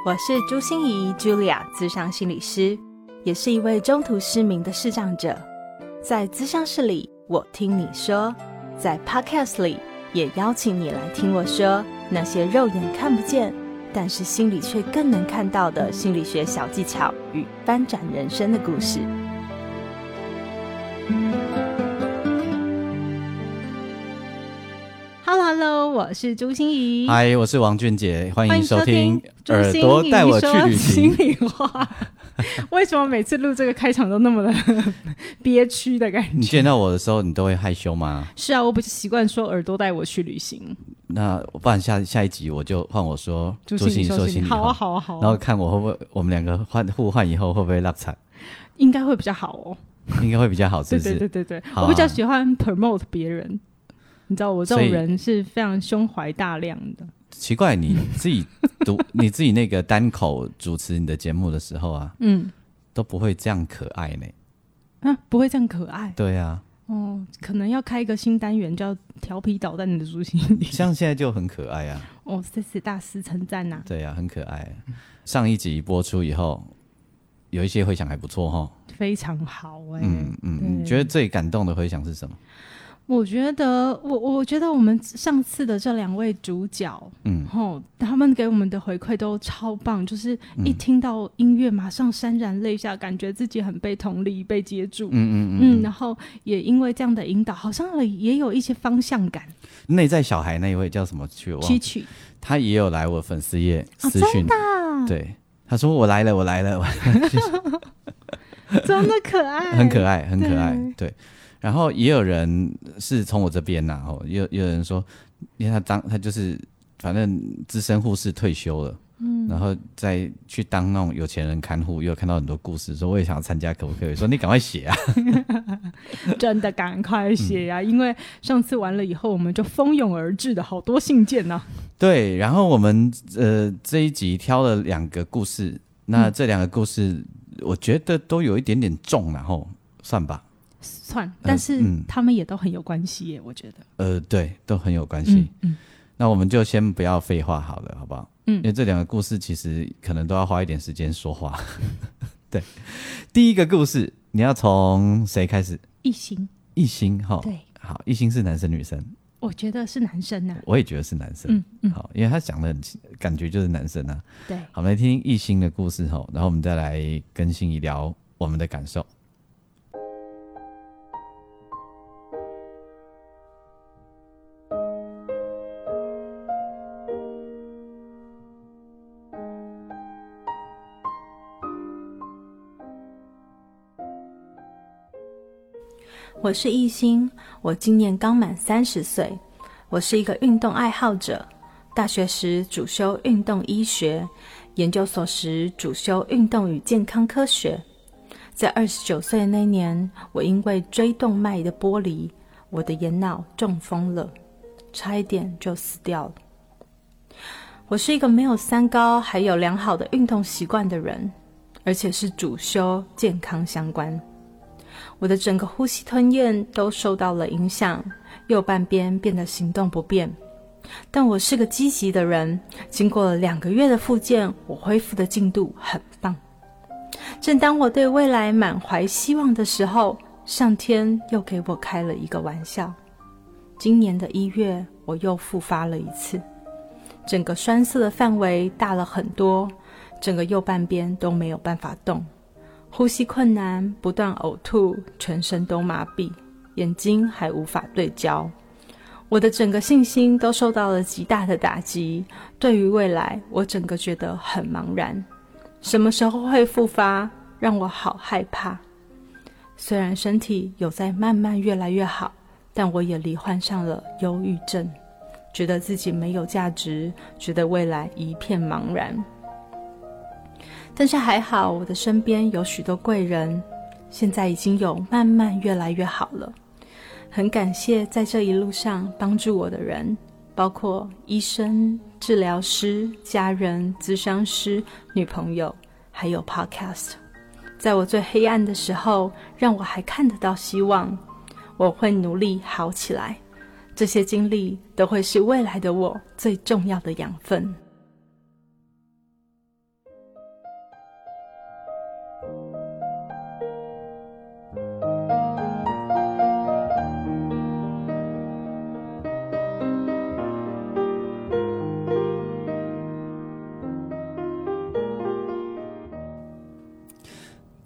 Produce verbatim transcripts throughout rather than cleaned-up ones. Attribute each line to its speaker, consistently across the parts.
Speaker 1: 我是朱心怡 Julia 諮商心理师，也是一位中途失明的视障者。在諮商室里，我听你说，在 Podcast 里也邀请你来听我说那些肉眼看不见但是心里却更能看到的心理学小技巧与翻转人生的故事。Hello Hello， 我是朱心怡。
Speaker 2: 嗨，我是王俊杰，欢迎收听
Speaker 1: 耳
Speaker 2: 朵带我去旅行。
Speaker 1: 心里话，为什么每次录这个开场都那么的憋屈的感觉？
Speaker 2: 你见到我的时候，你都会害羞吗？
Speaker 1: 是啊，我不习惯说耳朵带我去旅行。
Speaker 2: 那不然下下一集我就换我说朱心怡说心里话，
Speaker 1: 好啊好啊好啊，
Speaker 2: 然后看我会不会我们两个换互换以后会不会落惨？
Speaker 1: 应该会比较好哦，
Speaker 2: 应该会比较好，是不是？
Speaker 1: 对对对对对，
Speaker 2: 啊、
Speaker 1: 我比较喜欢 promote 别人。你知道我这种人是非常胸怀大量的。
Speaker 2: 奇怪，你自己读你自己那个单口主持你的节目的时候啊，嗯，都不会这样可爱呢。
Speaker 1: 啊，不会这样可爱？
Speaker 2: 对啊。
Speaker 1: 哦，可能要开一个新单元叫调皮捣蛋的朱心怡，
Speaker 2: 像现在就很可爱啊。
Speaker 1: 哦，谢谢大师称赞呐。
Speaker 2: 对啊，很可爱。上一集播出以后，有一些回响还不错齁，非
Speaker 1: 常好哎、
Speaker 2: 欸。嗯嗯，你觉得最感动的回响是什么？
Speaker 1: 我觉得我我觉得我们上次的这两位主角，嗯，吼，他们给我们的回馈都超棒，就是一听到音乐马上潸然泪下，感觉自己很被同理、被接住，嗯嗯 嗯, 嗯，然后也因为这样的引导，好像也有一些方向感。
Speaker 2: 内在小孩那一位叫什么去？
Speaker 1: 曲曲，他
Speaker 2: 也有来我粉丝页私讯、
Speaker 1: 哦，真的啊？
Speaker 2: 对，他说我来了，我来了，
Speaker 1: 真的可爱，
Speaker 2: 很可爱，很可爱，对。对，然后也有人是从我这边呐、啊，也有也有人说，因为他当他就是反正资深护士退休了，嗯，然后再去当那种有钱人看护，又有看到很多故事，说我也想要参加，可不可以？说你赶快写啊，
Speaker 1: 真的赶快写啊、嗯！因为上次完了以后，我们就蜂拥而至的好多信件呐、啊。
Speaker 2: 对，然后我们呃这一集挑了两个故事，那这两个故事我觉得都有一点点重，然后算吧。
Speaker 1: 算，但是他们也都很有关系耶、呃嗯、我觉得
Speaker 2: 呃对，都很有关系、嗯嗯、那我们就先不要废话好了好不好？嗯，因为这两个故事其实可能都要花一点时间说话对，第一个故事你要从谁开始？
Speaker 1: 一心。一
Speaker 2: 心齁，对，好，一心是男生女生？
Speaker 1: 我觉得是男生啊，
Speaker 2: 我也觉得是男生。嗯嗯，好，因为他讲的很感觉就是男生啊。
Speaker 1: 对，
Speaker 2: 好，我们来听一心的故事齁，然后我们再来跟心怡聊我们的感受。
Speaker 1: 我是一心，我今年刚满三十岁，我是一个运动爱好者。大学时主修运动医学，研究所时主修运动与健康科学。在二十九岁那年，我因为椎动脉的剥离，我的眼脑中风了，差一点就死掉了。我是一个没有三高还有良好的运动习惯的人，而且是主修健康相关。我的整个呼吸吞咽都受到了影响，右半边变得行动不便。但我是个积极的人，经过了两个月的复健，我恢复的进度很棒。正当我对未来满怀希望的时候，上天又给我开了一个玩笑。今年的一月，我又复发了一次，整个栓塞的范围大了很多，整个右半边都没有办法动。呼吸困难，不断呕吐，全身都麻痹，眼睛还无法对焦。我的整个信心都受到了极大的打击，对于未来，我整个觉得很茫然。什么时候会复发，让我好害怕。虽然身体有在慢慢越来越好，但我也罹患上了忧郁症，觉得自己没有价值，觉得未来一片茫然。但是还好，我的身边有许多贵人，现在已经有慢慢越来越好了。很感谢在这一路上帮助我的人，包括医生、治疗师、家人、咨商师、女朋友，还有 Podcast。在我最黑暗的时候，让我还看得到希望。我会努力好起来，这些经历都会是未来的我最重要的养分。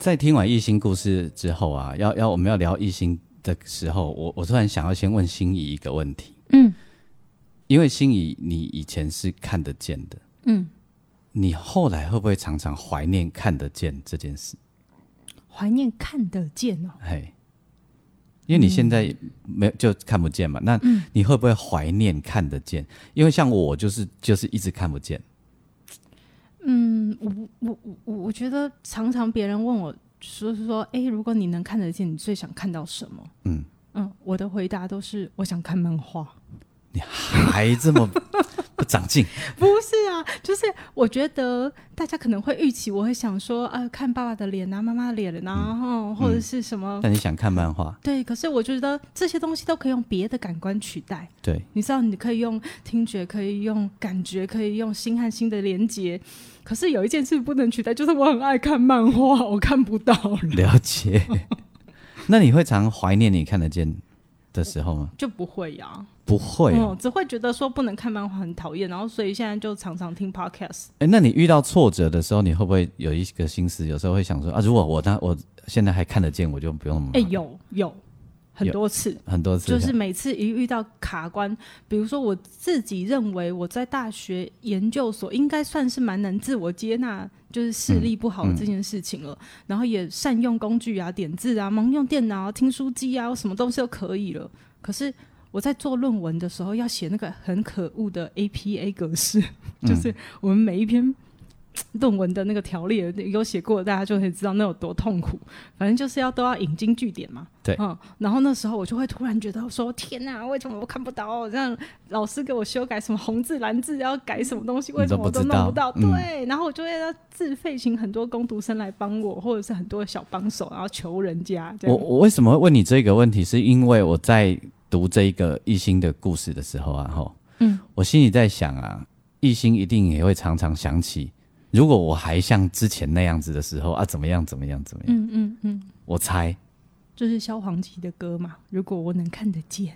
Speaker 2: 在听完艺兴故事之后啊，要要我们要聊艺兴的时候，我我突然想要先问心怡一个问题。嗯，因为心怡你以前是看得见的，嗯，你后来会不会常常怀念看得见这件事？
Speaker 1: 怀念看得见哦，
Speaker 2: 嘿，因为你现在没有就看不见嘛，那你会不会怀念看得见？因为像我就是就是一直看不见。
Speaker 1: 嗯，我我我我觉得常常别人问我说是说，哎，如果你能看得见，你最想看到什么？嗯嗯，我的回答都是我想看漫画。
Speaker 2: 你还这么不长进？
Speaker 1: 不是啊，就是我觉得大家可能会预期我会想说，啊，看爸爸的脸啊，妈妈的脸啊，嗯、或者是什么。
Speaker 2: 但你想看漫画？
Speaker 1: 对，可是我觉得这些东西都可以用别的感官取代。
Speaker 2: 对，
Speaker 1: 你知道，你可以用听觉，可以用感觉，可以用心和心的连结。可是有一件事不能取代，就是我很爱看漫画，我看不到了。
Speaker 2: 了解。那你会常怀念你看得见的时候吗？
Speaker 1: 就不会呀、啊。
Speaker 2: 不会、哦
Speaker 1: 嗯，只会觉得说不能看漫画很讨厌，然后所以现在就常常听 podcast。
Speaker 2: 哎，那你遇到挫折的时候，你会不会有一个心思？有时候会想说啊，如果我那我现在还看得见，我就不用那么。
Speaker 1: 哎，有有很多次，
Speaker 2: 很多次，
Speaker 1: 就是每次一遇到卡关，比如说我自己认为我在大学研究所应该算是蛮能自我接纳，就是视力不好的这件事情了，嗯嗯、然后也善用工具啊、点字啊、盲用电脑、听书机啊，什么东西都可以了。可是我在做论文的时候要写那个很可恶的 A P A 格式，就是我们每一篇论文的那个条例有写过，大家就可以知道那有多痛苦。反正就是要都要引经据典嘛。
Speaker 2: 对，
Speaker 1: 嗯，然后那时候我就会突然觉得说，天哪，为什么我看不到？这样老师给我修改什么红字蓝字要改什么东西，为什么我都弄不到？
Speaker 2: 不嗯、
Speaker 1: 对，然后我就会要自费请很多工读生来帮我，或者是很多小帮手，然后求人家。
Speaker 2: 我我为什么会问你这个问题？是因为我在读这一个一心的故事的时候啊，吼，嗯，我心里在想啊，一心一定也会常常想起，如果我还像之前那样子的时候啊，怎么样怎么样怎么样？嗯嗯嗯，我猜
Speaker 1: 就是萧煌奇的歌嘛，如果我能看得见。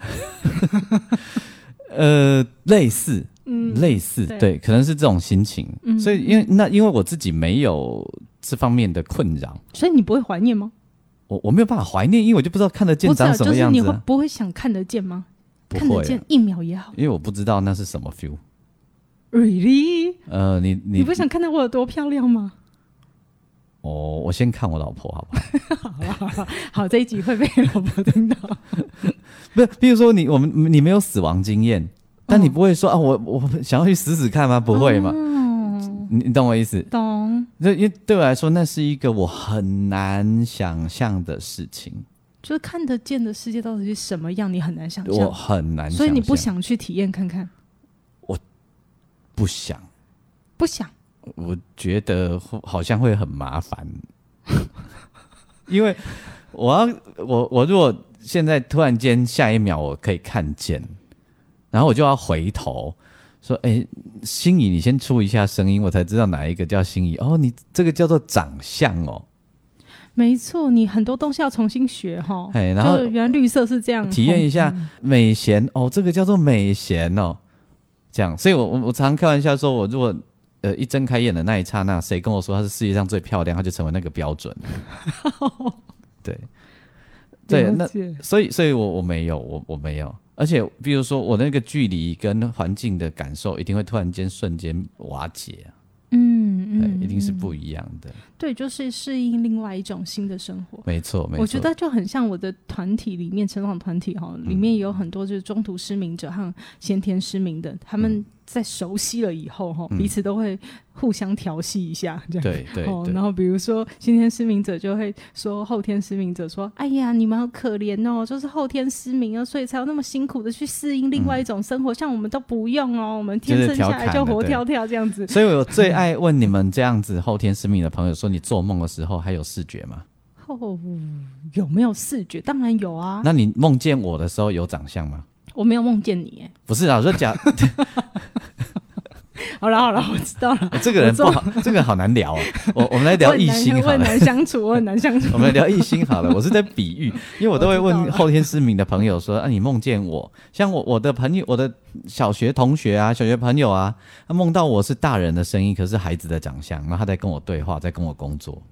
Speaker 2: 呃，类似，嗯，类似，对，对，可能是这种心情。嗯、所以因为那因为我自己没有这方面的困扰，
Speaker 1: 所以你不会怀念吗？
Speaker 2: 我我没有办法怀念，因为我就不知道看得见长什么样子、啊。
Speaker 1: 就是、你会不会想看得见吗？
Speaker 2: 不会、啊，
Speaker 1: 看得见一秒也好。
Speaker 2: 因为我不知道那是什么
Speaker 1: feel。Really？
Speaker 2: 呃，你你
Speaker 1: 你不想看到我有多漂亮吗？
Speaker 2: 哦，我先看我老婆好不
Speaker 1: 好？好啦好啦，好，这一集会被老婆听到。
Speaker 2: 不是，比如说你我们你没有死亡经验，但你不会说、哦、啊，我我想要去死死看吗？不会嘛？哦你, 你懂我意思？
Speaker 1: 懂。
Speaker 2: 因为对我来说，那是一个我很难想象的事情。
Speaker 1: 就是看得见的世界到底是什么样，你很难想象。
Speaker 2: 我很难想象，
Speaker 1: 所以你不想去体验看看？
Speaker 2: 我不想，
Speaker 1: 不想。
Speaker 2: 我觉得好像会很麻烦，因为我要我我如果现在突然间下一秒我可以看见，然后我就要回头。说哎，心怡，你先出一下声音，我才知道哪一个叫心怡。哦，你这个叫做长相哦。
Speaker 1: 没错，你很多东西要重新学哈、哦。
Speaker 2: 然后
Speaker 1: 就原来绿色是这样。
Speaker 2: 体验一下美贤哦，这个叫做美贤哦。这样，所以我我我常常开玩笑说，我如果呃一睁开眼的那一刹那，谁跟我说她是世界上最漂亮，她就成为那个标准。对，对，那所以所以我我没有，我我没有。而且比如说我那个距离跟环境的感受一定会突然间瞬间瓦解啊，嗯嗯，一定是不一样的。
Speaker 1: 对，就是适应另外一种新的生活。
Speaker 2: 没错没错，
Speaker 1: 我觉得就很像我的团体里面成长团体哈，里面有很多就是中途失明者和先天失明的，他们在熟悉了以后哈、嗯，彼此都会互相调戏一下，这样
Speaker 2: 对 对, 对、哦。
Speaker 1: 然后比如说先天失明者就会说后天失明者说：“哎呀，你们好可怜哦，就是后天失明啊，所以才有那么辛苦的去适应另外一种生活，嗯、像我们都不用哦，我们天生下来就活跳跳这样子。”
Speaker 2: 所以我最爱问你们这样子后天失明的朋友说：“你做梦的时候还有视觉吗？”
Speaker 1: 哦，有没有视觉？当然有啊。
Speaker 2: 那你梦见我的时候有长相吗？
Speaker 1: 我没有梦见你耶。
Speaker 2: 不是啊，我说假。
Speaker 1: 好了好了，我知道了。
Speaker 2: 这个人不好，这个好难聊啊。我我们来聊异性好了。
Speaker 1: 我很难相处，我很难相处。
Speaker 2: 我们来聊异性好了。我是在比喻，因为我都会问后天失明的朋友说：“啊，你梦见我？像我我的朋友，我的小学同学啊，小学朋友啊，他梦到我是大人的声音，可是孩子的长相，然后他在跟我对话，在跟我工作。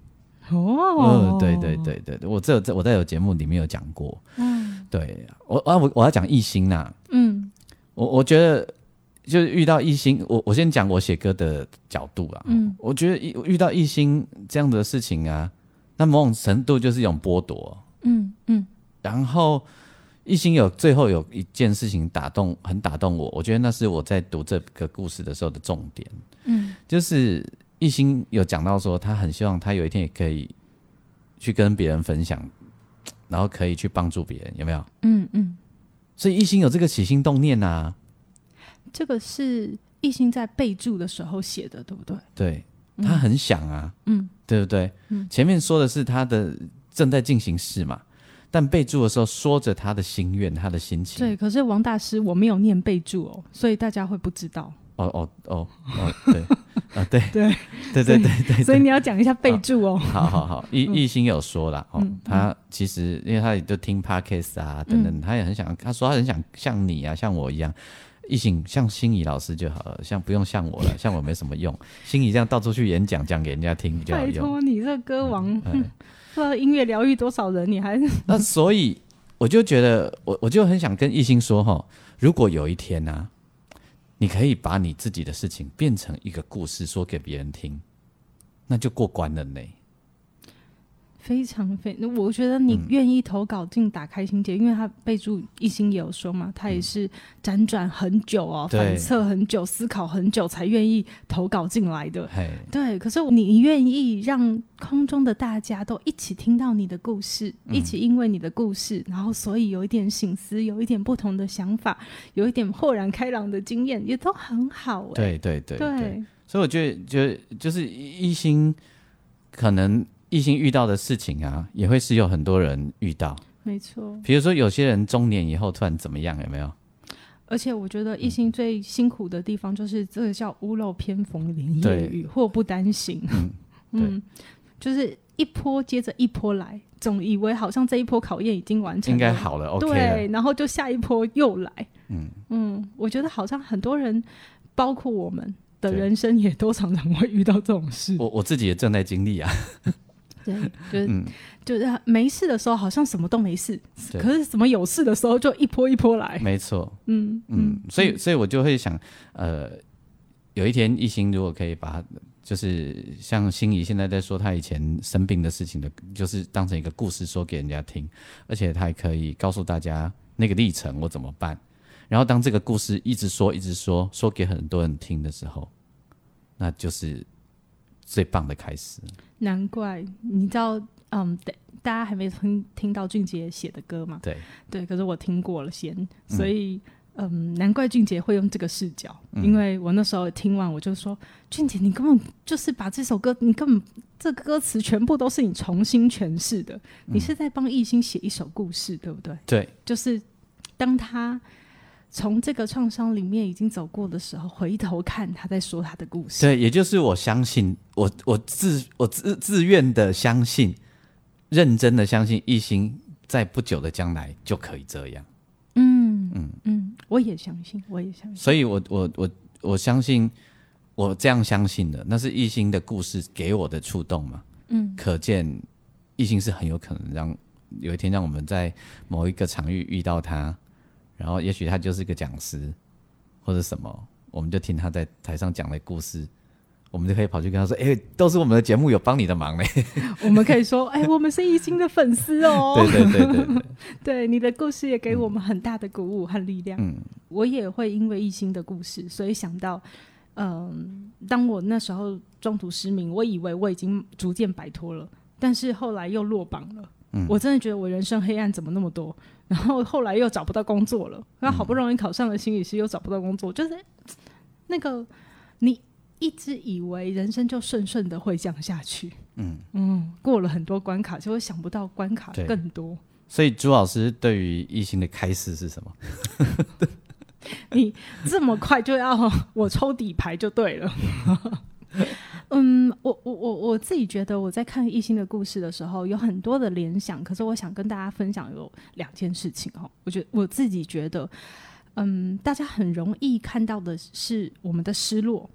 Speaker 1: 哦，
Speaker 2: 嗯，对对对对对，我这我在有节目里面有讲过。嗯，对我啊，我我要讲艺兴呐。嗯，我我觉得就是遇到艺兴，我我先讲我写歌的角度啊。嗯，我觉得遇到艺兴这样的事情啊，那某种程度就是一种剥夺。嗯嗯，然后艺兴有最后有一件事情打动，很打动我，我觉得那是我在读这个故事的时候的重点。嗯，就是艺兴有讲到说，他很希望他有一天也可以去跟别人分享，然后可以去帮助别人，有没有？嗯嗯。所以艺兴有这个起心动念啊。
Speaker 1: 这个是艺兴在备注的时候写的，对不对？
Speaker 2: 对，他很想啊，嗯，对不对？嗯，前面说的是他的正在进行式嘛，但备注的时候说着他的心愿，他的心情。
Speaker 1: 对，可是王大师我没有念备注哦，所以大家会不知道。
Speaker 2: 哦哦哦哦，对啊，对
Speaker 1: 对
Speaker 2: 对对对对，
Speaker 1: 所以你要讲一下备注哦。
Speaker 2: 好好好，艺艺兴有说啦，哦，他其实因为他也就听 podcast 啊等等，他也很想，他说他很想像你啊，像我一样。艺兴像心怡老师就好了，像不用像我了，像我没什么用。心怡这样到处去演讲，讲给人家听比较有用。
Speaker 1: 拜托你这歌王，嗯嗯、不知道音乐疗愈多少人，你还
Speaker 2: 那所以我就觉得，我我就很想跟艺兴说哈，如果有一天啊，你可以把你自己的事情变成一个故事说给别人听，那就过关了呢。
Speaker 1: 非常非常，我觉得你愿意投稿进打开心结、嗯、因为他备注艺兴也有说嘛，他也是辗转很久哦、嗯、反侧很久，思考很久才愿意投稿进来的。对，可是你愿意让空中的大家都一起听到你的故事、嗯、一起因为你的故事，然后所以有一点省思，有一点不同的想法，有一点豁然开朗的经验，也都很好、欸、
Speaker 2: 对对 对, 对, 对，所以我觉得就就是艺兴可能艺兴遇到的事情啊，也会是有很多人遇到。
Speaker 1: 没错，
Speaker 2: 比如说有些人中年以后突然怎么样，有没有？
Speaker 1: 而且我觉得艺兴最辛苦的地方就是这个叫屋漏偏逢连夜雨，祸不单行。嗯, 嗯，就是一波接着一波来，总以为好像这一波考验已经完成了，
Speaker 2: 应该好了 OK 了，
Speaker 1: 对，然后就下一波又来。嗯嗯，我觉得好像很多人包括我们的人生也都常常会遇到这种事。
Speaker 2: 我我自己也正在经历啊。
Speaker 1: 对，就是、嗯、就是没事的时候好像什么都没事，可是什么有事的时候就一波一波来。
Speaker 2: 没错，嗯嗯，所以所以我就会想，呃，有一天艺兴如果可以把他，就是像心怡现在在说他以前生病的事情的，就是当成一个故事说给人家听，而且他还可以告诉大家那个历程我怎么办，然后当这个故事一直说一直说说给很多人听的时候，那就是最棒的开始。
Speaker 1: 难怪你知道，嗯，大家还没 听, 听到俊杰写的歌嘛？
Speaker 2: 对
Speaker 1: 对，可是我听过了先，所以 嗯, 嗯，难怪俊杰会用这个视角、嗯，因为我那时候听完我就说，俊杰你根本就是把这首歌，你根本这歌词全部都是你重新诠释的、嗯，你是在帮艺兴写一首故事，对不对？
Speaker 2: 对，
Speaker 1: 就是当他从这个创伤里面已经走过的时候，回头看他在说他的故事。
Speaker 2: 对，也就是我相信，我我自我自自愿的相信，认真的相信艺兴在不久的将来就可以这样。
Speaker 1: 嗯嗯嗯，我也相信，我也相信。
Speaker 2: 所以我我我我相信，我这样相信的，那是艺兴的故事给我的触动嘛。嗯，可见艺兴是很有可能让有一天让我们在某一个场域遇到他。然后也许他就是个讲师或者什么，我们就听他在台上讲的故事，我们就可以跑去跟他说，哎、欸，都是我们的节目有帮你的忙嘞。
Speaker 1: 我们可以说，哎、欸，我们是艺兴的粉丝哦。
Speaker 2: 对对对对 对,
Speaker 1: 对，你的故事也给我们很大的鼓舞和力量。嗯，我也会因为艺兴的故事，所以想到，嗯，当我那时候中途失明，我以为我已经逐渐摆脱了，但是后来又落榜了。嗯、我真的觉得我人生黑暗怎么那么多，然后后来又找不到工作了，然后好不容易考上了心理师又找不到工作，就是那个你一直以为人生就顺顺的会这样下去，嗯嗯，过了很多关卡，结果想不到关卡更多。
Speaker 2: 所以朱老师对于艺兴的开示是什么？
Speaker 1: 你这么快就要我抽底牌就对了。嗯，我我我我自己觉得我在看艺兴的故事的时候有很多的联想，可是我想跟大家分享有两件事情哦。我觉得我自己觉得，嗯，大家很容易看到的是我们的失落，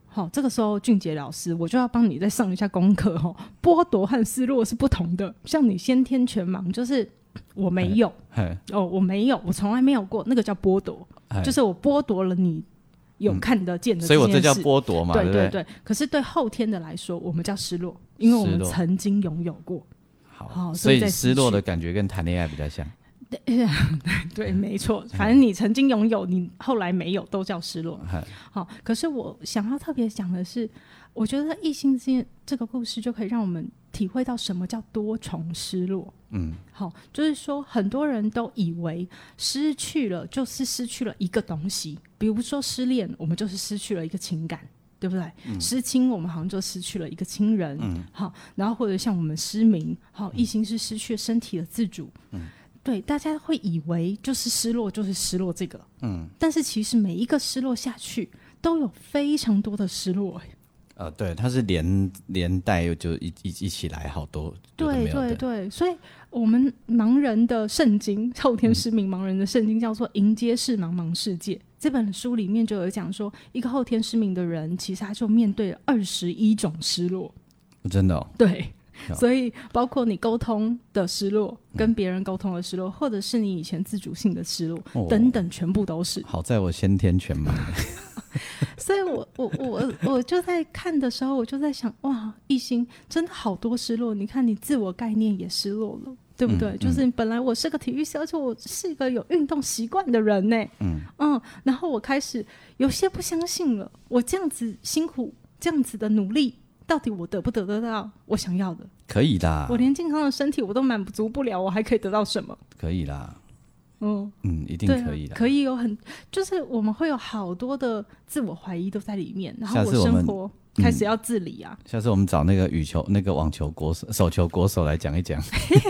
Speaker 3: 好、哦，这个时候俊杰老师我就要帮你再上一下功课哦。剥夺和失落是不同的，像你先天全盲就是我没有哦，我没有，我从来没有过，那个叫剥夺，就是我剥夺了你有看得见的这件事、嗯、
Speaker 2: 所以我这叫剥夺嘛，
Speaker 3: 对对
Speaker 2: 对
Speaker 3: 对, 对。可是对后天的来说，我们叫失落，因为我们曾经拥有过。
Speaker 2: 好，所以失落的感觉跟谈恋爱比较像。
Speaker 3: 对, 对，没错，反正你曾经拥有，你后来没有，都叫失落。好，可是我想要特别讲的是，我觉得异性之间这个故事就可以让我们体会到什么叫多重失落。嗯，好，就是说很多人都以为失去了就是失去了一个东西，比如说失恋，我们就是失去了一个情感。对不对、嗯、失亲我们好像就失去了一个亲人、嗯、好，然后或者像我们失明，好，异性是失去了身体的自主、嗯、对，大家会以为就是失落就是失落这个、嗯、但是其实每一个失落下去都有非常多的失落。
Speaker 2: 呃，对，它是连连带就 一, 一, 一起来好多。
Speaker 3: 对对对，所以我们盲人的圣经，后天失明盲人的圣经叫做《迎接视茫茫世界》。这本书里面就有讲说，一个后天失明的人，其实他就面对了二十一种失落。
Speaker 2: 真的哦？
Speaker 3: 对。所以包括你沟通的失落，跟别人沟通的失落、嗯、或者是你以前自主性的失落、哦、等等，全部都是。
Speaker 2: 好在我先天全盲。
Speaker 3: 所以我我我我就在看的时候，我就在想，哇，艺兴真的好多失落。你看你自我概念也失落了，对不对、嗯、就是本来我是个体育生，而且我是一个有运动习惯的人呢。嗯嗯，然后我开始有些不相信了，我这样子辛苦，这样子的努力，到底我得不得得到我想要的？
Speaker 2: 可以啦，
Speaker 3: 我连健康的身体我都满足不了，我还可以得到什么？
Speaker 2: 可以啦。
Speaker 3: 嗯
Speaker 2: 嗯，一定可以的、
Speaker 3: 啊，可以有很，就是我们会有好多的自我怀疑都在里面，然后我生活开始要自理啊。
Speaker 2: 下次我们找那个羽球、那个网球国手、手球国手来讲一讲。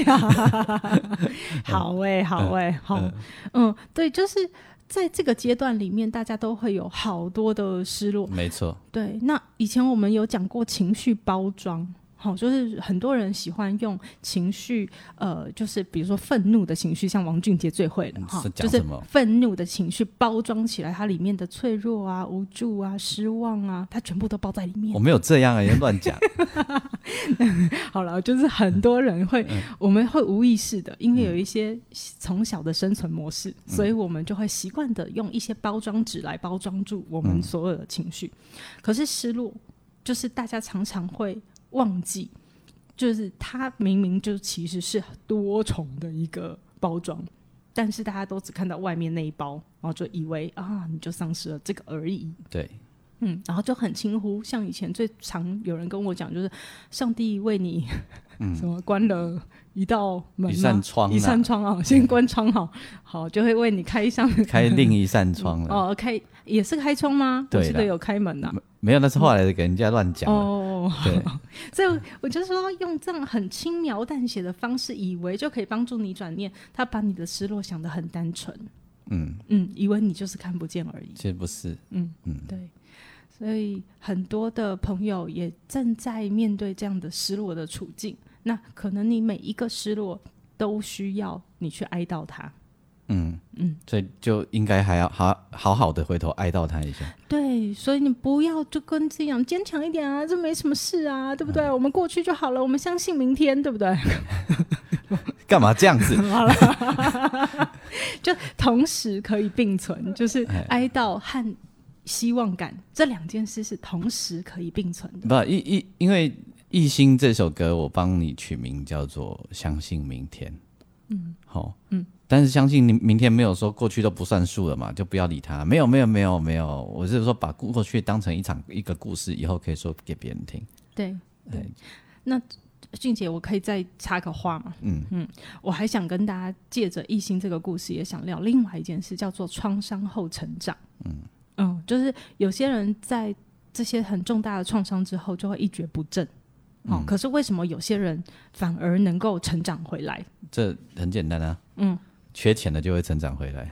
Speaker 3: 好哎、欸，好哎、欸，好，嗯, 嗯，对，就是在这个阶段里面，大家都会有好多的失落。
Speaker 2: 没错，
Speaker 3: 对。那以前我们有讲过情绪包装。好，就是很多人喜欢用情绪，呃，就是比如说愤怒的情绪，像王俊杰最会了哈、嗯，就是愤怒的情绪包装起来，它里面的脆弱啊、无助啊、失望啊，它全部都包在里面。
Speaker 2: 我没有这样啊，你乱讲。
Speaker 3: 好了，就是很多人会、嗯，我们会无意识的，因为有一些从小的生存模式，嗯、所以我们就会习惯的用一些包装纸来包装住我们所有的情绪。嗯、可是失落，就是大家常常会忘记，就是它明明就其实是多重的一个包装，但是大家都只看到外面那一包，然后就以为啊，你就丧失了这个而已。
Speaker 2: 对，
Speaker 3: 嗯，然后就很轻忽。像以前最常有人跟我讲，就是上帝为你、嗯、什么关了一道门、啊、
Speaker 2: 一扇窗、啊，
Speaker 3: 一扇窗啊，先关窗好，好就会为你开上
Speaker 2: 开另一扇窗了。
Speaker 3: 哦，开也是开窗吗？对，我记得有开门啊。
Speaker 2: 没有，那是后来给人家乱讲了。
Speaker 3: 哦，
Speaker 2: 对，
Speaker 3: 所以我就说用这样很轻描淡写的方式，以为就可以帮助你转念，他把你的失落想得很单纯。嗯嗯，以为你就是看不见而已。
Speaker 2: 其实不是。
Speaker 3: 嗯嗯，对。所以很多的朋友也正在面对这样的失落的处境，那可能你每一个失落都需要你去哀悼它。
Speaker 2: 嗯嗯，所以就应该还要好好好的回头哀悼他一下。
Speaker 3: 对，所以你不要就跟自己讲坚强一点啊，这没什么事啊，对不对？嗯、我们过去就好了，我们相信明天，对不对？
Speaker 2: 干嘛这样子？
Speaker 3: 好了，就同时可以并存，就是哀悼和希望感这两件事是同时可以并存的。
Speaker 2: 不，因因为《艺兴》这首歌，我帮你取名叫做《相信明天》。嗯，好、哦，嗯。但是相信明天没有说过去都不算数了嘛，就不要理他。没有没有没有没有，我是说把过去当成一场一个故事，以后可以说给别人听。
Speaker 3: 对对。那俊姐，我可以再插个话吗？嗯嗯，我还想跟大家借着艺兴这个故事，也想聊另外一件事，叫做创伤后成长。嗯嗯，就是有些人在这些很重大的创伤之后，就会一蹶不振。哦、嗯，可是为什么有些人反而能够成长回来？
Speaker 2: 这很简单啊。嗯。缺钱的就会成长回来。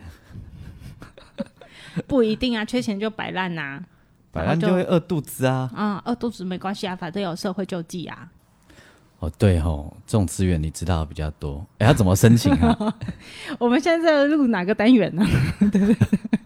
Speaker 3: 不一定啊，缺钱就摆烂啊，
Speaker 2: 摆烂就会饿肚子啊。
Speaker 3: 啊，饿肚子没关系啊，反正有社会救济啊。
Speaker 2: 哦，对哦，这种资源你知道的比较多。哎，要怎么申请啊？
Speaker 3: 我们现在在录哪个单元呢？对不对？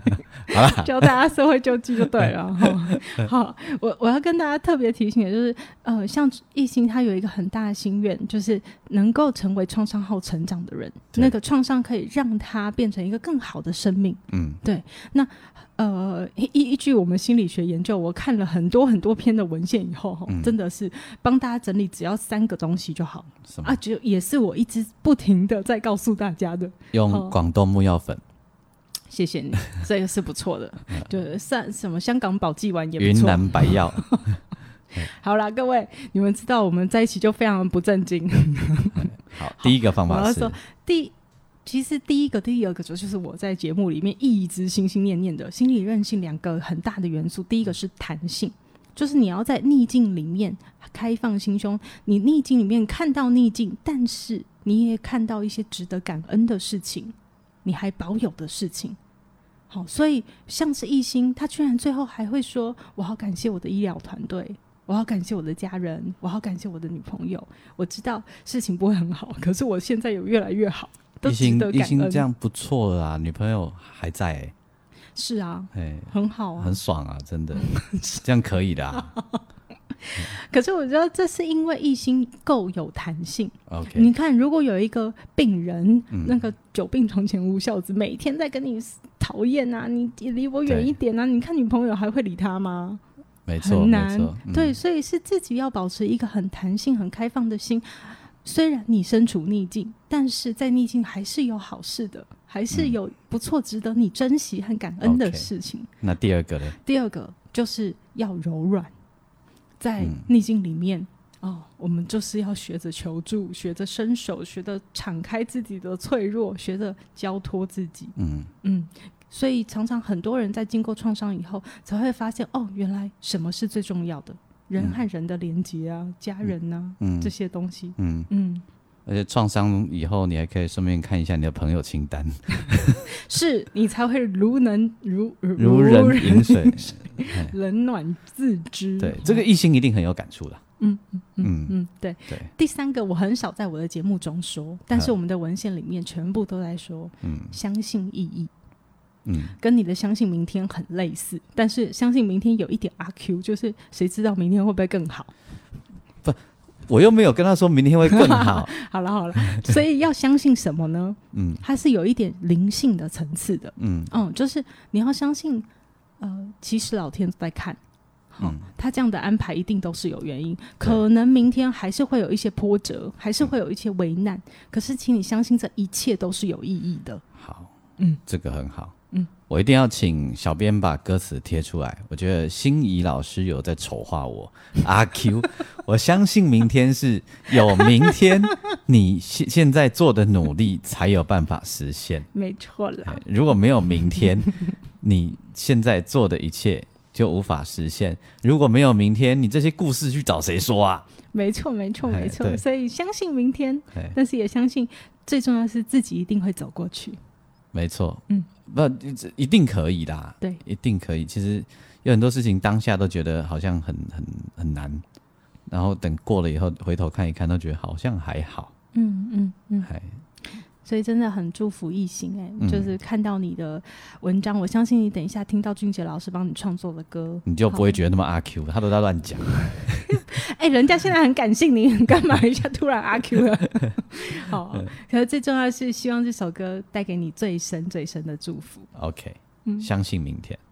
Speaker 2: 好啦，
Speaker 3: 教大家社会救济就对了。好，我我要跟大家特别提醒的就是，呃，像艺兴他有一个很大的心愿，就是能够成为创伤后成长的人，那个创伤可以让他变成一个更好的生命。嗯，对。那呃，依依据我们心理学研究，我看了很多很多篇的文献以后，嗯、真的是帮大家整理，只要三个东西就好啊，就也是我一直不停的在告诉大家的。
Speaker 2: 用广东木药粉。
Speaker 3: 谢谢你，这个是不错的。就是什么香港保济丸也不错，
Speaker 2: 云南白药。
Speaker 3: 好啦，各位，你们知道我们在一起就非常不正经。
Speaker 2: 好，第一个方法是，
Speaker 3: 我要说第。其实第一个第二个就是我在节目里面一直心心念念的心理韧性两个很大的元素。第一个是弹性，就是你要在逆境里面开放心胸，你逆境里面看到逆境，但是你也看到一些值得感恩的事情，你还保有的事情。好，所以像是艺兴，他居然最后还会说，我好感谢我的医疗团队，我好感谢我的家人，我好感谢我的女朋友。我知道事情不会很好，可是我现在有越来越好，都值得感恩。
Speaker 2: 艺兴这样不错了啊，女朋友还在、欸、
Speaker 3: 是啊，很好啊，
Speaker 2: 很爽啊，真的这样可以的啊。
Speaker 3: 可是我觉得这是因为艺兴够有弹性。
Speaker 2: Okay.
Speaker 3: 你看，如果有一个病人，嗯、那个久病床前无孝子，每天在跟你讨厌啊，你离我远一点啊，你看女朋友还会理他吗？
Speaker 2: 没错，
Speaker 3: 很难。
Speaker 2: 嗯、
Speaker 3: 对，所以是自己要保持一个很弹性、很开放的心。虽然你身处逆境，但是在逆境还是有好事的，还是有不错、值得你珍惜和感恩的事情。
Speaker 2: Okay. 那第二个呢？
Speaker 3: 第二个就是要柔软。在逆境里面、嗯哦、我们就是要学着求助，学着伸手，学着敞开自己的脆弱，学着交托自己。嗯嗯，所以常常很多人在经过创伤以后，才会发现哦，原来什么是最重要的，人和人的连结啊，嗯、家人啊、嗯，这些东西。嗯嗯。
Speaker 2: 而且创伤以后，你还可以顺便看一下你的朋友清单，
Speaker 3: 是你才会如能如
Speaker 2: 如人饮水，
Speaker 3: 冷暖自知。
Speaker 2: 对，这个艺兴一定很有感触的。
Speaker 3: 嗯嗯嗯嗯，对对。第三个我很少在我的节目中说，但是我们的文献里面全部都在说，嗯，相信意义。嗯，跟你的相信明天很类似，但是相信明天有一点阿 Q， 就是谁知道明天会不会更好？
Speaker 2: 不。我又没有跟他说明天会更好。
Speaker 3: 好了好了，所以要相信什么呢？嗯，它是有一点灵性的层次的。嗯嗯，就是你要相信，呃，其实老天在看，嗯，他这样的安排一定都是有原因。可能明天还是会有一些波折，还是会有一些危难，嗯、可是请你相信这一切都是有意义的。
Speaker 2: 好，嗯，这个很好。嗯，我一定要请小编把歌词贴出来。我觉得心怡老师有在丑化我。阿 Q， 我相信明天是有明天，你现在做的努力才有办法实现。
Speaker 3: 没错啦。
Speaker 2: 如果没有明天，你现在做的一切就无法实现。如果没有明天，你这些故事去找谁说啊？
Speaker 3: 没错，没错，没错。所以相信明天，但是也相信最重要的是自己一定会走过去。
Speaker 2: 没错，嗯，不，一定可以啦，
Speaker 3: 对，
Speaker 2: 一定可以。其实有很多事情当下都觉得好像很很很难，然后等过了以后回头看一看，都觉得好像还好。嗯嗯嗯，还。
Speaker 3: 所以真的很祝福艺兴哎、欸嗯，就是看到你的文章，我相信你等一下听到俊杰老师帮你创作的歌，
Speaker 2: 你就不会觉得那么阿 Q， 他都在乱讲。
Speaker 3: 哎、欸，人家现在很感性，你干嘛一下突然阿 Q 了？好，可是最重要的是，希望这首歌带给你最深最深的祝福。
Speaker 2: OK，、嗯、相信明天。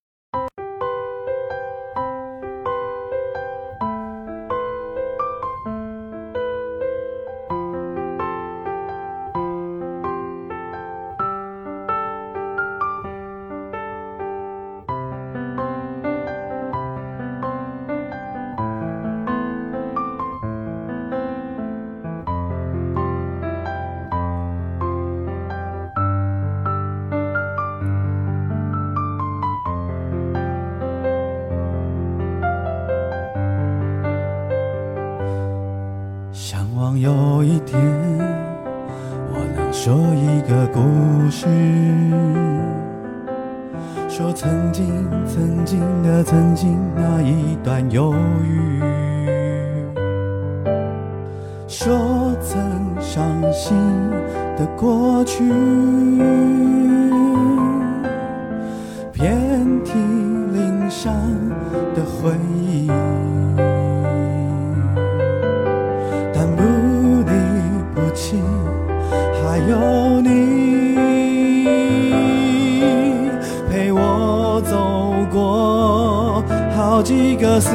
Speaker 4: 有一天我能说一个故事，说曾经曾经的曾经那一段忧郁，说曾伤心的过去，平遍体鳞伤的回忆，但不离不弃还有你陪我走过好几个四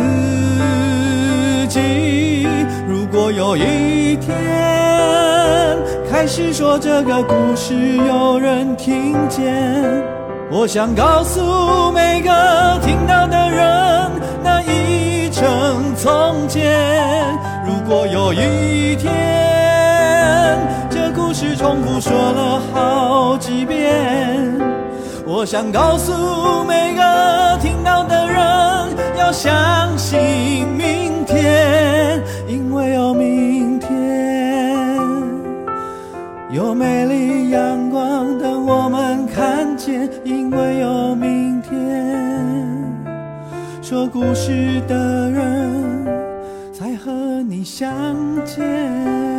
Speaker 4: 季。如果有一天开始说这个故事有人听见，我想告诉每个听到的人，那一程从前。如果有一天这故事重复说了好几遍，我想告诉每个听到的人，要相信明天，因为有明天，有美丽阳光等我们看见，因为有明天，说故事的人才和你相见。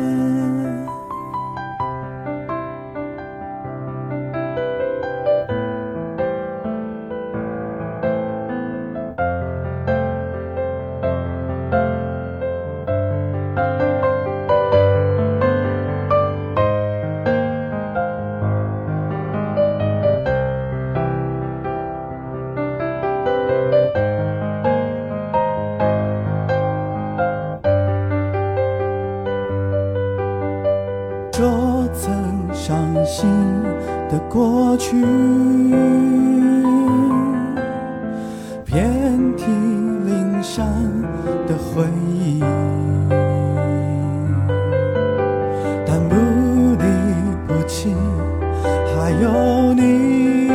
Speaker 4: 说曾伤心的过去，遍体鳞伤的回忆，但不离不弃还有你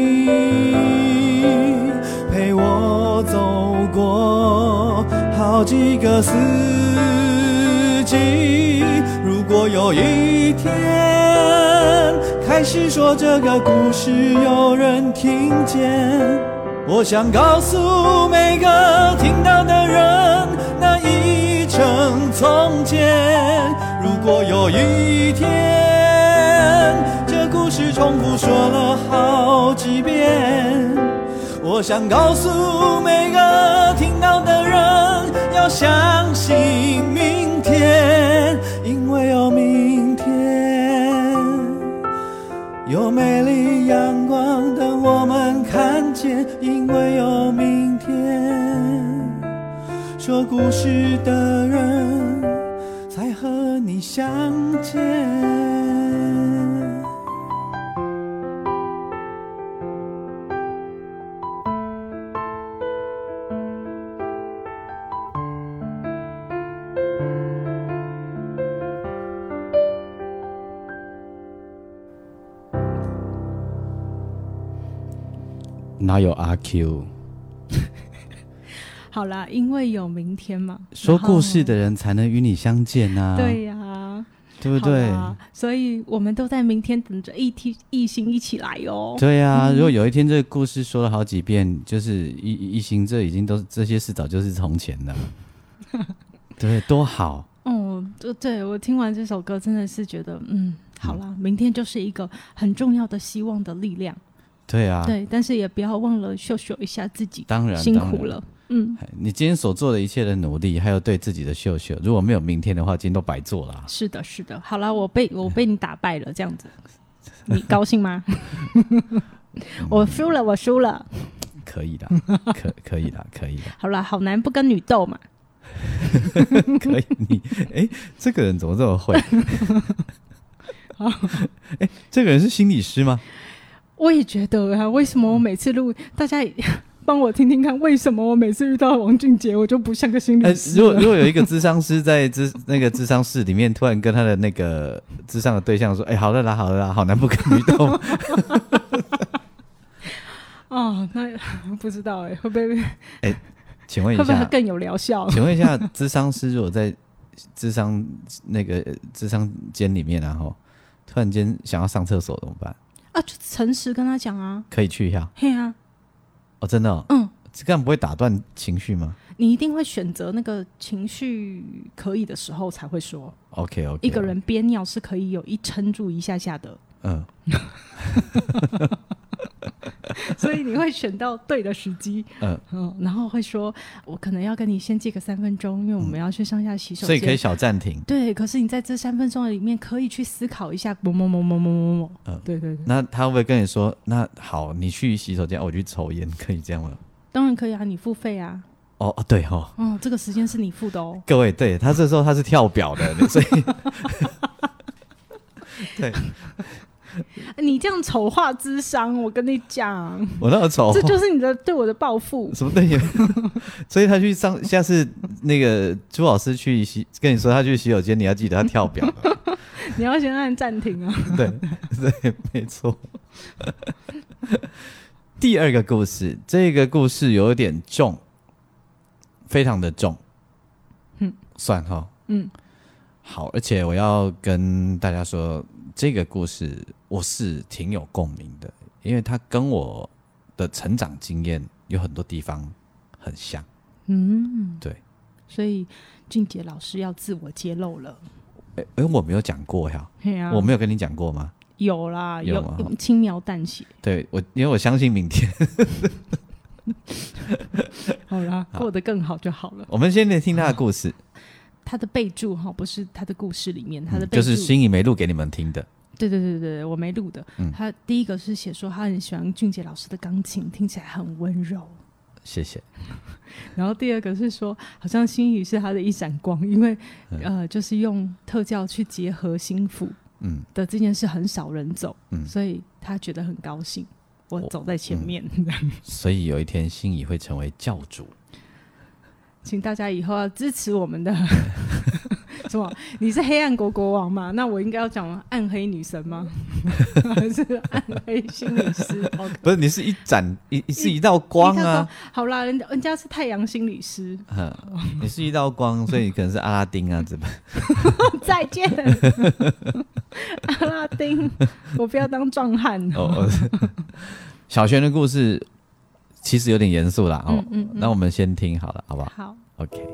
Speaker 4: 陪我走过好几个四季。如果有一天开始说这个故事有人听见，我想告诉每个听到的人，那一程从前。如果有一天这故事重复说了好几遍，我想告诉每个听到的人，要相信明天，因为有明天，有美丽阳光等我们看见，因为有明天，说故事的人才和你相见。
Speaker 2: 哪有阿 Q？
Speaker 3: 好啦，因为有明天嘛，
Speaker 2: 说故事的人才能与你相见啊。
Speaker 3: 对呀、啊，
Speaker 2: 对不对？
Speaker 3: 所以我们都在明天等着一天一心一起来哦。
Speaker 2: 对啊、嗯，如果有一天这个故事说了好几遍，就是一一心，这已经都这些事早就是从前了，对，多好。
Speaker 3: 哦，对，我听完这首歌真的是觉得，嗯，好啦，嗯、明天就是一个很重要的希望的力量。
Speaker 2: 对啊，
Speaker 3: 对，但是也不要忘了秀秀一下自己，
Speaker 2: 当然
Speaker 3: 辛苦了。嗯，
Speaker 2: 你今天所做的一切的努力，还有对自己的秀秀，如果没有明天的话，今天都白做了、啊。
Speaker 3: 是的，是的。好了，我被我被你打败了，这样子，你高兴吗？我输了，我输了。
Speaker 2: 可以的，可可以的，可以的。
Speaker 3: 好了，好男不跟女斗嘛。
Speaker 2: 可以，你哎，这个人怎么这么会？哎，这个人是心理师吗？
Speaker 3: 我也觉得啊，为什么我每次录，大家帮我听听看，为什么我每次遇到王俊杰，我就不像个心理师、
Speaker 2: 欸？如果如果有一个諮商師在諮那個諮商室裡面，突然跟他的那個諮商的對象說：“哎、欸，好了啦，好了啦，好男不跟女鬥。”
Speaker 3: 哦，那不知道哎、欸，會不會？
Speaker 2: 哎、欸，請問一下，
Speaker 3: 會不會更有療效？
Speaker 2: 請問一下，諮商師如果在諮商那個諮商間裡面、啊，然後突然間想要上廁所怎麼辦？
Speaker 3: 啊，就誠實跟他講啊，
Speaker 2: 可以去一下。
Speaker 3: 嘿啊，
Speaker 2: 哦，真的、哦，
Speaker 3: 嗯，
Speaker 2: 這樣不會打斷情緒嗎？
Speaker 3: 你一定會選擇那個情緒可以的時候才會說。
Speaker 2: OK OK，
Speaker 3: 一個人憋尿是可以有一撐住一下下的
Speaker 2: 嗯，
Speaker 3: 所以你会选到对的时机，嗯嗯，然后会说，我可能要跟你先借个三分钟，因为我们要去上下洗手间，
Speaker 2: 所以可以小暂停。
Speaker 3: 对，可是你在这三分钟里面可以去思考一下，某某某某某某某，嗯，对对对。
Speaker 2: 那他会不会跟你说，那好，你去洗手间，我去抽烟，可以这样吗？
Speaker 3: 当然可以啊，你付费啊。
Speaker 2: 哦哦，对哦，
Speaker 3: 哦，这个时间是你付的哦。
Speaker 2: 各位，对他这时候他是跳表的，所以对。
Speaker 3: 你这样丑化智商，我跟你讲，
Speaker 2: 我那么丑，
Speaker 3: 这就是你的对我的报复。
Speaker 2: 什么对你？所以他去上，下次那个朱老师去洗，跟你说他去洗手间，你要记得他跳表的。
Speaker 3: 你要先按暂停啊。
Speaker 2: 对对，没错。第二个故事，这个故事有点重，非常的重。嗯，算哈。嗯，好，而且我要跟大家说，这个故事我是挺有共鸣的，因为它跟我的成长经验有很多地方很像。嗯，对。所
Speaker 3: 以俊杰老师要自我揭露了。
Speaker 2: 哎、欸欸，我没有讲过呀。啊，我没有跟你讲过吗？
Speaker 3: 有啦，有，
Speaker 2: 有
Speaker 3: 有轻描淡写。
Speaker 2: 对，我因为我相信明天。
Speaker 3: 好啦，过得更好就好了。
Speaker 2: 我们先来听他的故事。
Speaker 3: 他的备注哈，不是他的故事里面，他的备注、
Speaker 2: 嗯、就是心怡没录给你们听的。
Speaker 3: 对对对对，我没录的、嗯。他第一个是写说他很喜欢俊杰老师的钢琴，听起来很温柔。
Speaker 2: 谢谢。
Speaker 3: 然后第二个是说，好像心怡是他的一闪光，因为、嗯、呃，就是用特教去结合心辅的这件事很少人走、嗯，所以他觉得很高兴，我走在前面。
Speaker 2: 嗯、所以有一天心怡会成为教主。
Speaker 3: 请大家以后要支持我们的什么？你是黑暗国国王吗？那我应该要讲暗黑女神吗？还是暗黑心理师？
Speaker 2: 不是，你是一盏一是一道光啊！
Speaker 3: 好啦，人家人家是太阳心理师，
Speaker 2: 嗯，你是一道光，所以你可能是阿拉丁啊，怎么？
Speaker 3: 再见，阿拉丁，我不要当壮汉。哦，
Speaker 2: 小璇的故事。其实有点严肃啦，哦，嗯嗯嗯，那我们先听好了，好不好？
Speaker 3: 好
Speaker 2: ，OK。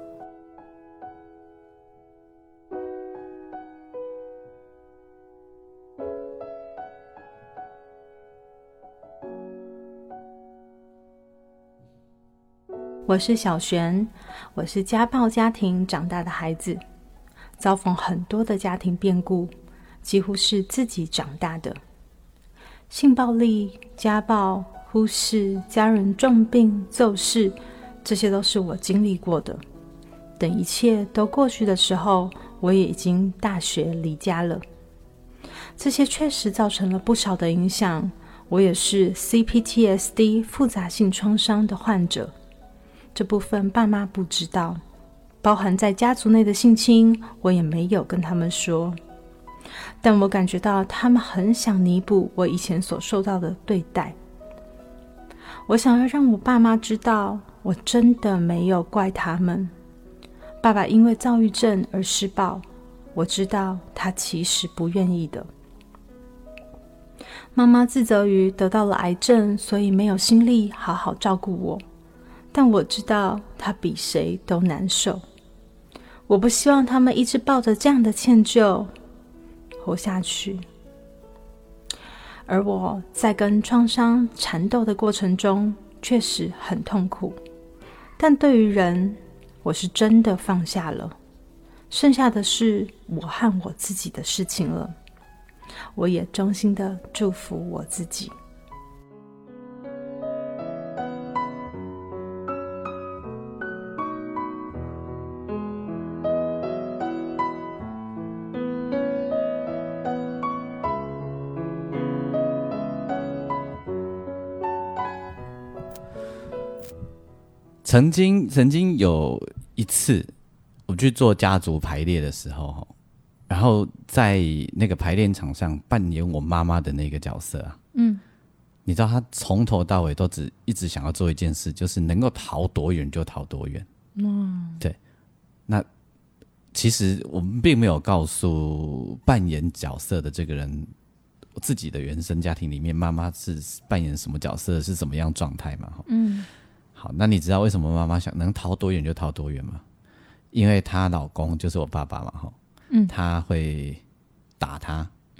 Speaker 1: 我是小璇，我是家暴家庭长大的孩子，遭逢很多的家庭变故，几乎是自己长大的，性暴力、家暴。忽视家人重病骤逝，这些都是我经历过的。等一切都过去的时候，我也已经大学离家了。这些确实造成了不少的影响。我也是 C P T S D 复杂性创伤的患者，这部分爸妈不知道，包含在家族内的性侵，我也没有跟他们说。但我感觉到他们很想弥补我以前所受到的对待。我想要让我爸妈知道，我真的没有怪他们。爸爸因为躁郁症而施暴，我知道他其实不愿意的。妈妈自责于得到了癌症，所以没有心力好好照顾我，但我知道她比谁都难受。我不希望他们一直抱着这样的歉疚活下去。而我在跟创伤缠斗的过程中确实很痛苦，但对于人，我是真的放下了，剩下的是我和我自己的事情了。我也衷心的祝福我自己。
Speaker 2: 曾经曾经有一次我去做家族排列的时候，然后在那个排练场上扮演我妈妈的那个角色啊，嗯，你知道她从头到尾都只一直想要做一件事，就是能够逃多远就逃多远。嗯，对。那其实我们并没有告诉扮演角色的这个人自己的原生家庭里面妈妈是扮演什么角色，是什么样状态嘛？嗯。好，那你知道为什么妈妈想能逃多远就逃多远吗？因为她老公就是我爸爸嘛，嗯，他会打她，嗯，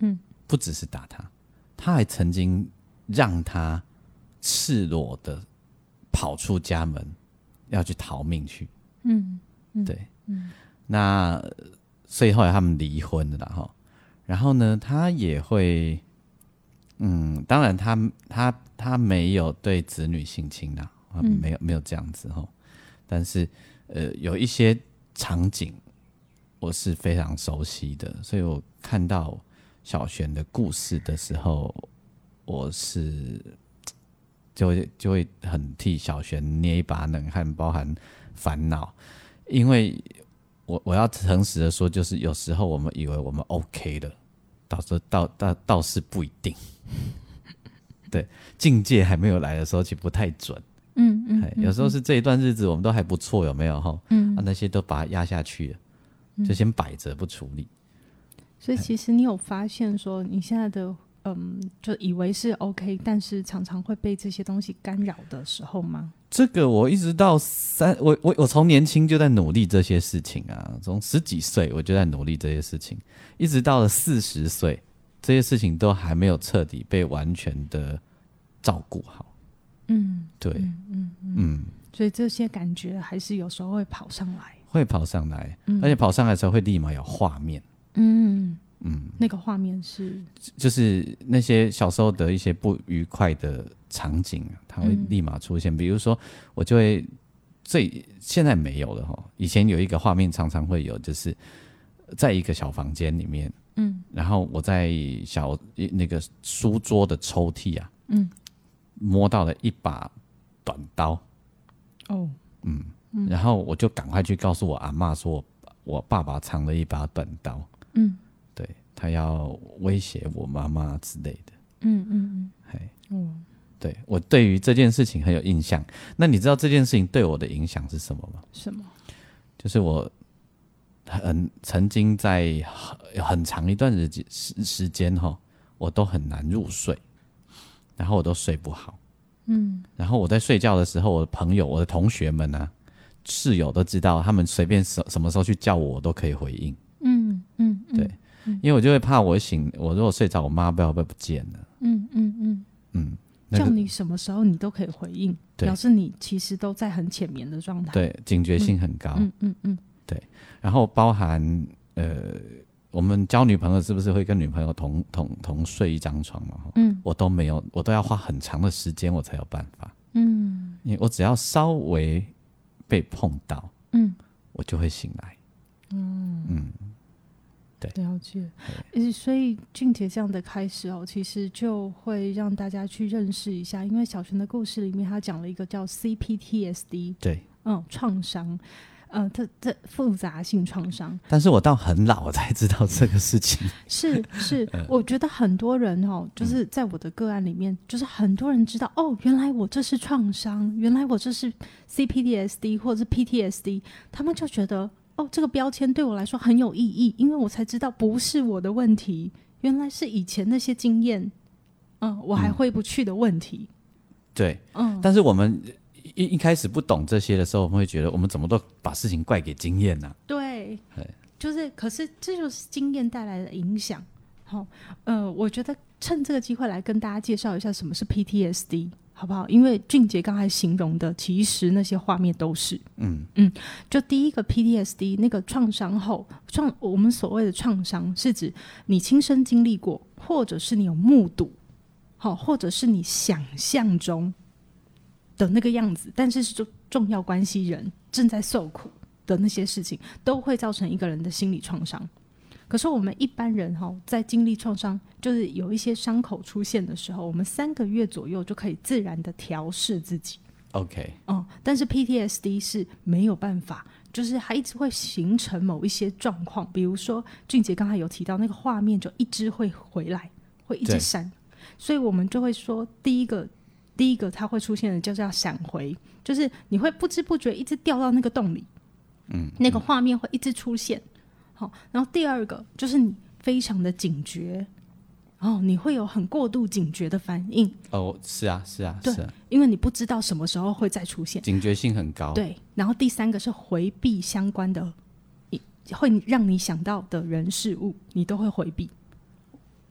Speaker 2: 不只是打他，他还曾经让他赤裸的跑出家门，要去逃命去。
Speaker 3: 嗯，嗯
Speaker 2: 对，
Speaker 3: 嗯，
Speaker 2: 那所以后来他们离婚了啦哈。然后呢，他也会，嗯，当然他他他没有对子女性侵啦，嗯、没有没有这样子哈。但是呃，有一些场景我是非常熟悉的，所以我看到小璇的故事的时候，我是就会就会很替小璇捏一把冷汗，包含烦恼，因为我我要诚实的说，就是有时候我们以为我们 OK 了，倒是倒倒倒是不一定。对，境界还没有来的时候，其实不太准。
Speaker 3: 嗯嗯，嗯
Speaker 2: 有时候是这一段日子我们都还不错，有没有哈？
Speaker 3: 嗯、
Speaker 2: 啊，那些都把它压下去了，就先摆着不处理。
Speaker 3: 所以其实你有发现说，你现在的嗯，就以为是 OK， 但是常常会被这些东西干扰的时候吗？
Speaker 2: 这个我一直到三，我我我从年轻就在努力这些事情啊，从十几岁我就在努力这些事情，一直到了四十岁，这些事情都还没有彻底被完全的照顾好。
Speaker 3: 嗯，
Speaker 2: 对，
Speaker 3: 嗯嗯 嗯,
Speaker 2: 嗯，
Speaker 3: 所以这些感觉还是有时候会跑上来，
Speaker 2: 会跑上来，
Speaker 3: 嗯、
Speaker 2: 而且跑上来的时候会立马有画面。
Speaker 3: 嗯
Speaker 2: 嗯，
Speaker 3: 那个画面是
Speaker 2: 就是那些小时候的一些不愉快的场景，它会立马出现。嗯、比如说，我就会最现在没有了哈，以前有一个画面常常会有，就是在一个小房间里面，嗯，然后我在小那个书桌的抽屉啊，嗯，摸到了一把短刀，
Speaker 3: 哦，
Speaker 2: 嗯，嗯然后我就赶快去告诉我阿嬷说我，我爸爸藏了一把短刀，嗯。对，他要威胁我妈妈之类的。嗯嗯嗯，嘿，嗯，对我对于这件事情很有印象。那你知道这件事情对我的影响是什么吗？
Speaker 3: 什么？
Speaker 2: 就是我很曾经在很很长一段时时时间哈，我都很难入睡，然后我都睡不好。嗯，然后我在睡觉的时候，我的朋友、我的同学们啊、室友都知道，他们随便什什么时候去叫我，我都可以回应。嗯嗯，嗯对。因为我就会怕我醒，我如果睡着，我妈不知道会不会不见了。嗯嗯嗯嗯，那個、
Speaker 3: 叫你什么时候你都可以回应，表示你其实都在很浅眠的状态。
Speaker 2: 对，警觉性很高。嗯嗯 嗯, 嗯，对。然后包含呃，我们交女朋友是不是会跟女朋友同同同睡一张床嘛？嗯，我都没有，我都要花很长的时间我才有办法。嗯，因为我只要稍微被碰到，嗯，我就会醒来。嗯嗯。
Speaker 3: 了解，所以俊杰这样的开始哦，其实就会让大家去认识一下，因为小璇的故事里面，他讲了一个叫 C P T S D，
Speaker 2: 对，
Speaker 3: 嗯，创伤，呃，这这复杂性创伤。
Speaker 2: 但是我到很老才知道这个事情。
Speaker 3: 是是，我觉得很多人哦，就是在我的个案里面，嗯、就是很多人知道哦，原来我这是创伤，原来我这是 C P T S D 或者是 P T S D， 他们就觉得。哦，这个标签对我来说很有意义，因为我才知道不是我的问题，原来是以前那些经验，嗯，我还回不去的问题。
Speaker 2: 嗯、对，嗯，但是我们一一开始不懂这些的时候，我们会觉得我们怎么都把事情怪给经验呢、啊？
Speaker 3: 对，就是，可是这就是经验带来的影响。好、哦，呃，我觉得趁这个机会来跟大家介绍一下什么是 P T S D。好不好？因为俊杰刚才形容的，其实那些画面都是，嗯嗯，就第一个 P T S D 那个创伤后创，我们所谓的创伤是指你亲身经历过，或者是你有目睹，好，或者是你想象中的那个样子，但是是重要关系人正在受苦的那些事情，都会造成一个人的心理创伤。可是我们一般人在经历创伤，就是有一些伤口出现的时候，我们三个月左右就可以自然的调试自己。
Speaker 2: OK，
Speaker 3: 嗯，但是 P T S D 是没有办法，就是它一直会形成某一些状况，比如说俊杰刚才有提到那个画面就一直会回来，会一直闪，所以我们就会说，第一个第一个它会出现的就叫闪回，就是你会不知不觉一直掉到那个洞里，嗯，那个画面会一直出现。好，然后第二个就是你非常的警觉，哦，你会有很过度警觉的反应。
Speaker 2: 哦，是啊，是啊，是啊，
Speaker 3: 因为你不知道什么时候会再出现，
Speaker 2: 警觉性很高。
Speaker 3: 对，然后第三个是回避相关的，会让你想到的人事物，你都会回避。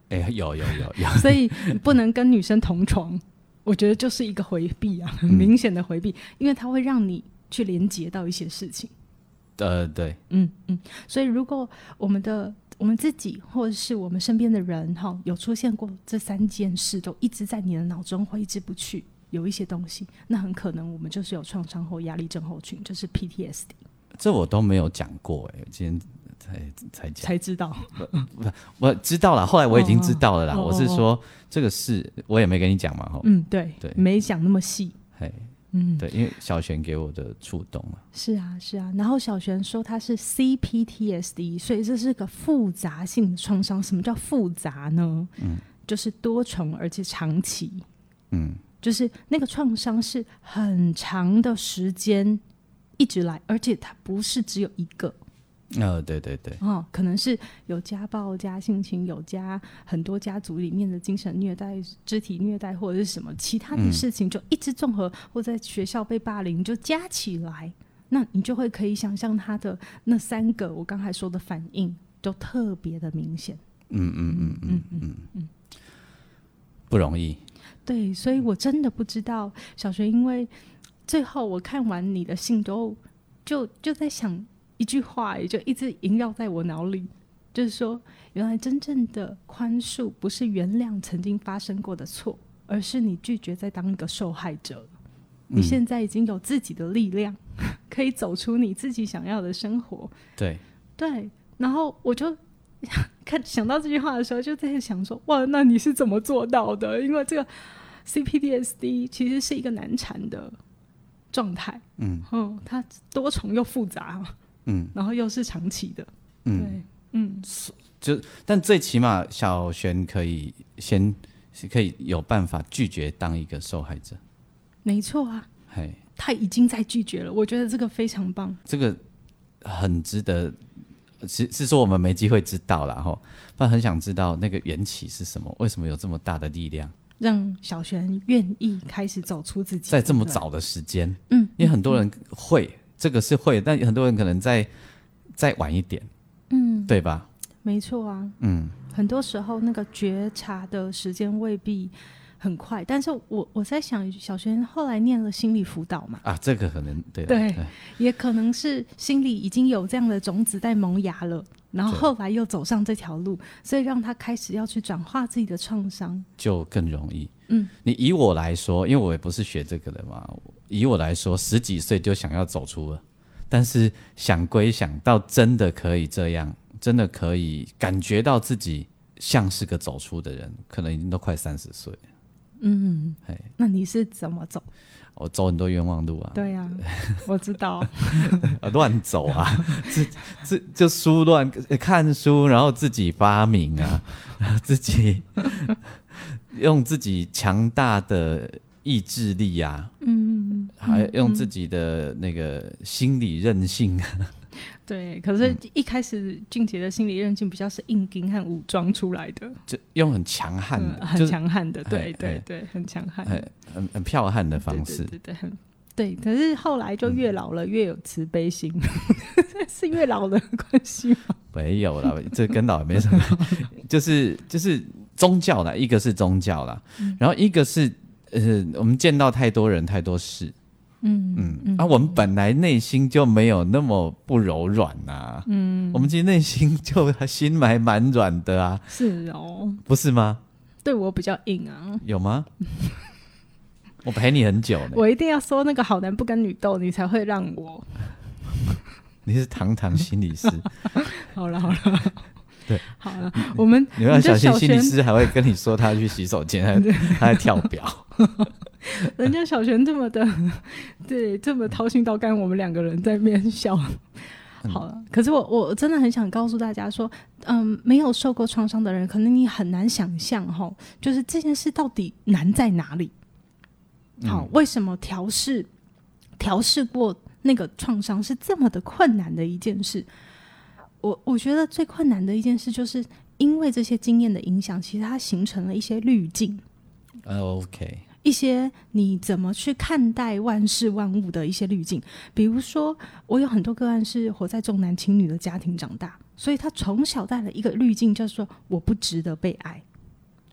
Speaker 2: 哎、欸，有有有有，
Speaker 3: 所以不能跟女生同床，我觉得就是一个回避啊，很明显的回避，嗯、因为它会让你去连接到一些事情。
Speaker 2: 呃，对，
Speaker 3: 嗯嗯，所以如果我们的我们自己或者是我们身边的人哈，有出现过这三件事，都一直在你的脑中挥之不去，有一些东西，那很可能我们就是有创伤后压力症候群，就是 P T S D。
Speaker 2: 这我都没有讲过哎、欸，今天才才讲
Speaker 3: 才知道，
Speaker 2: 不，我知道了，后来我已经知道了啦。
Speaker 3: 哦、
Speaker 2: 我是说这个事我也没跟你讲嘛，
Speaker 3: 嗯，对
Speaker 2: 对，
Speaker 3: 没讲那么细，
Speaker 2: 嘿，
Speaker 3: 嗯，
Speaker 2: 对，因为小璇给我的触动嘛。
Speaker 3: 是啊，是啊。然后小璇说他是 C P T S D， 所以这是个复杂性的创伤。什么叫复杂呢？嗯，就是多重而且长期，嗯，就是那个创伤是很长的时间一直来，而且它不是只有一个。
Speaker 2: 呃，对对对，
Speaker 3: 哦，可能是有家暴加性侵，有加很多家族里面的精神虐待、肢体虐待或者是什么其他的事情，就一直综合，或在学校被霸凌就加起来，那你就会可以想象他的那三个我刚才说的反应都特别的明显。
Speaker 2: 嗯嗯嗯嗯嗯嗯，不容易。
Speaker 3: 对，所以我真的不知道小学，因为最后我看完你的信都就就在想一句话，也就一直萦绕在我脑里，就是说原来真正的宽恕不是原谅曾经发生过的错，而是你拒绝再当一个受害者。你现在已经有自己的力量，可以走出你自己想要的生活。
Speaker 2: 对
Speaker 3: 对，然后我就看想到这句话的时候，就在想说，哇，那你是怎么做到的？因为这个 C P T S D 其实是一个难缠的状态，嗯嗯，它多重又复杂，嗯，然后又是长期的，嗯，对，嗯，
Speaker 2: 就但最起码小璇可以先可以有办法拒绝当一个受害者。
Speaker 3: 没错啊，他已经在拒绝了，我觉得这个非常棒，
Speaker 2: 这个很值得，是是说我们没机会知道啦齁，不然很想知道那个缘起是什么，为什么有这么大的力量，
Speaker 3: 让小璇愿意开始走出自己，
Speaker 2: 在这么早的时间，嗯，因为很多人会、嗯、这个是会，但很多人可能再再晚一点，嗯，对吧？
Speaker 3: 没错啊，嗯，很多时候那个觉察的时间未必很快，但是我我在想，小璇后来念了心理辅导嘛，
Speaker 2: 啊，这个可能 对,
Speaker 3: 对对，也可能是心里已经有这样的种子在萌芽了，然后后来又走上这条路，所以让他开始要去转化自己的创伤，
Speaker 2: 就更容易。嗯，你以我来说，因为我也不是学这个的嘛，以我来说，十几岁就想要走出了，但是想归想到真的可以这样，真的可以感觉到自己像是个走出的人，可能已经都快三十岁了。
Speaker 3: 嗯，那你是怎么走？
Speaker 2: 我走很多冤枉路啊。
Speaker 3: 对啊，我知道。
Speaker 2: 乱走啊，自自就书乱看书，然后自己发明啊，自己用自己强大的意志力啊，嗯，还用自己的那个心理韧性啊。
Speaker 3: 对，可是一开始俊杰的心理韧性比较是硬筋和武装出来的，
Speaker 2: 就用很强悍的、
Speaker 3: 嗯、很强悍的，对对对，很强悍，
Speaker 2: 很很剽悍的方式，
Speaker 3: 对对对对，很对。可是后来就越老了、嗯、越有慈悲心，是越老的关系吗？
Speaker 2: 没有啦，这跟老也没什么，就是就是宗教啦，一个是宗教啦，嗯、然后一个是呃，我们见到太多人太多事。嗯嗯，嗯啊，我们本来内心就没有那么不柔软啊，嗯，我们其实内心就心还蛮软的啊，
Speaker 3: 是哦，
Speaker 2: 不是吗？
Speaker 3: 对我比较硬啊，
Speaker 2: 有吗？我陪你很久呢，
Speaker 3: 我一定要说那个好男不跟女斗，你才会让我。
Speaker 2: 你是堂堂心理师，
Speaker 3: 好了好了。
Speaker 2: 对，
Speaker 3: 好了，我们
Speaker 2: 你要小心，心理师还会跟你说他去洗手间，他在跳表。
Speaker 3: 人家小璇这么的，对，这么掏心掏肝，我们两个人在面笑。好了，可是我我真的很想告诉大家说，嗯，没有受过创伤的人，可能你很难想象哈，就是这件事到底难在哪里。好，嗯、为什么调试调试过那个创伤是这么的困难的一件事？我我觉得最困难的一件事，就是因为这些经验的影响，其实它形成了一些滤镜。
Speaker 2: 呃、uh, ，OK。
Speaker 3: 一些你怎么去看待万事万物的一些滤镜，比如说我有很多个案是活在重男轻女的家庭长大，所以他从小带了一个滤镜，就是说我不值得被爱，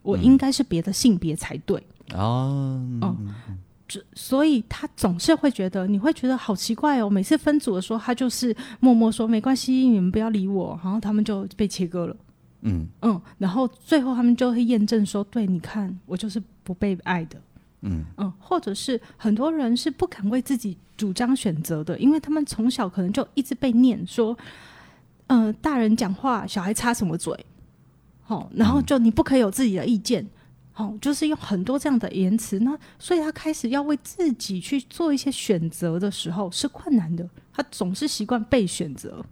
Speaker 3: 我应该是别的性别才对。
Speaker 2: 哦，
Speaker 3: 嗯，所以他总是会觉得，你会觉得好奇怪哦。每次分组的时候，他就是默默说没关系，你们不要理我，然后他们就被切割了。
Speaker 2: 嗯
Speaker 3: 嗯，然后最后他们就会验证说，对，你看我就是不被爱的。
Speaker 2: 嗯
Speaker 3: 嗯，或者是很多人是不敢为自己主张选择的，因为他们从小可能就一直被念说，呃，大人讲话小孩插什么嘴，好、哦，然后就你不可以有自己的意见，好、哦，就是用很多这样的言辞，那所以他开始要为自己去做一些选择的时候是困难的，他总是习惯被选择。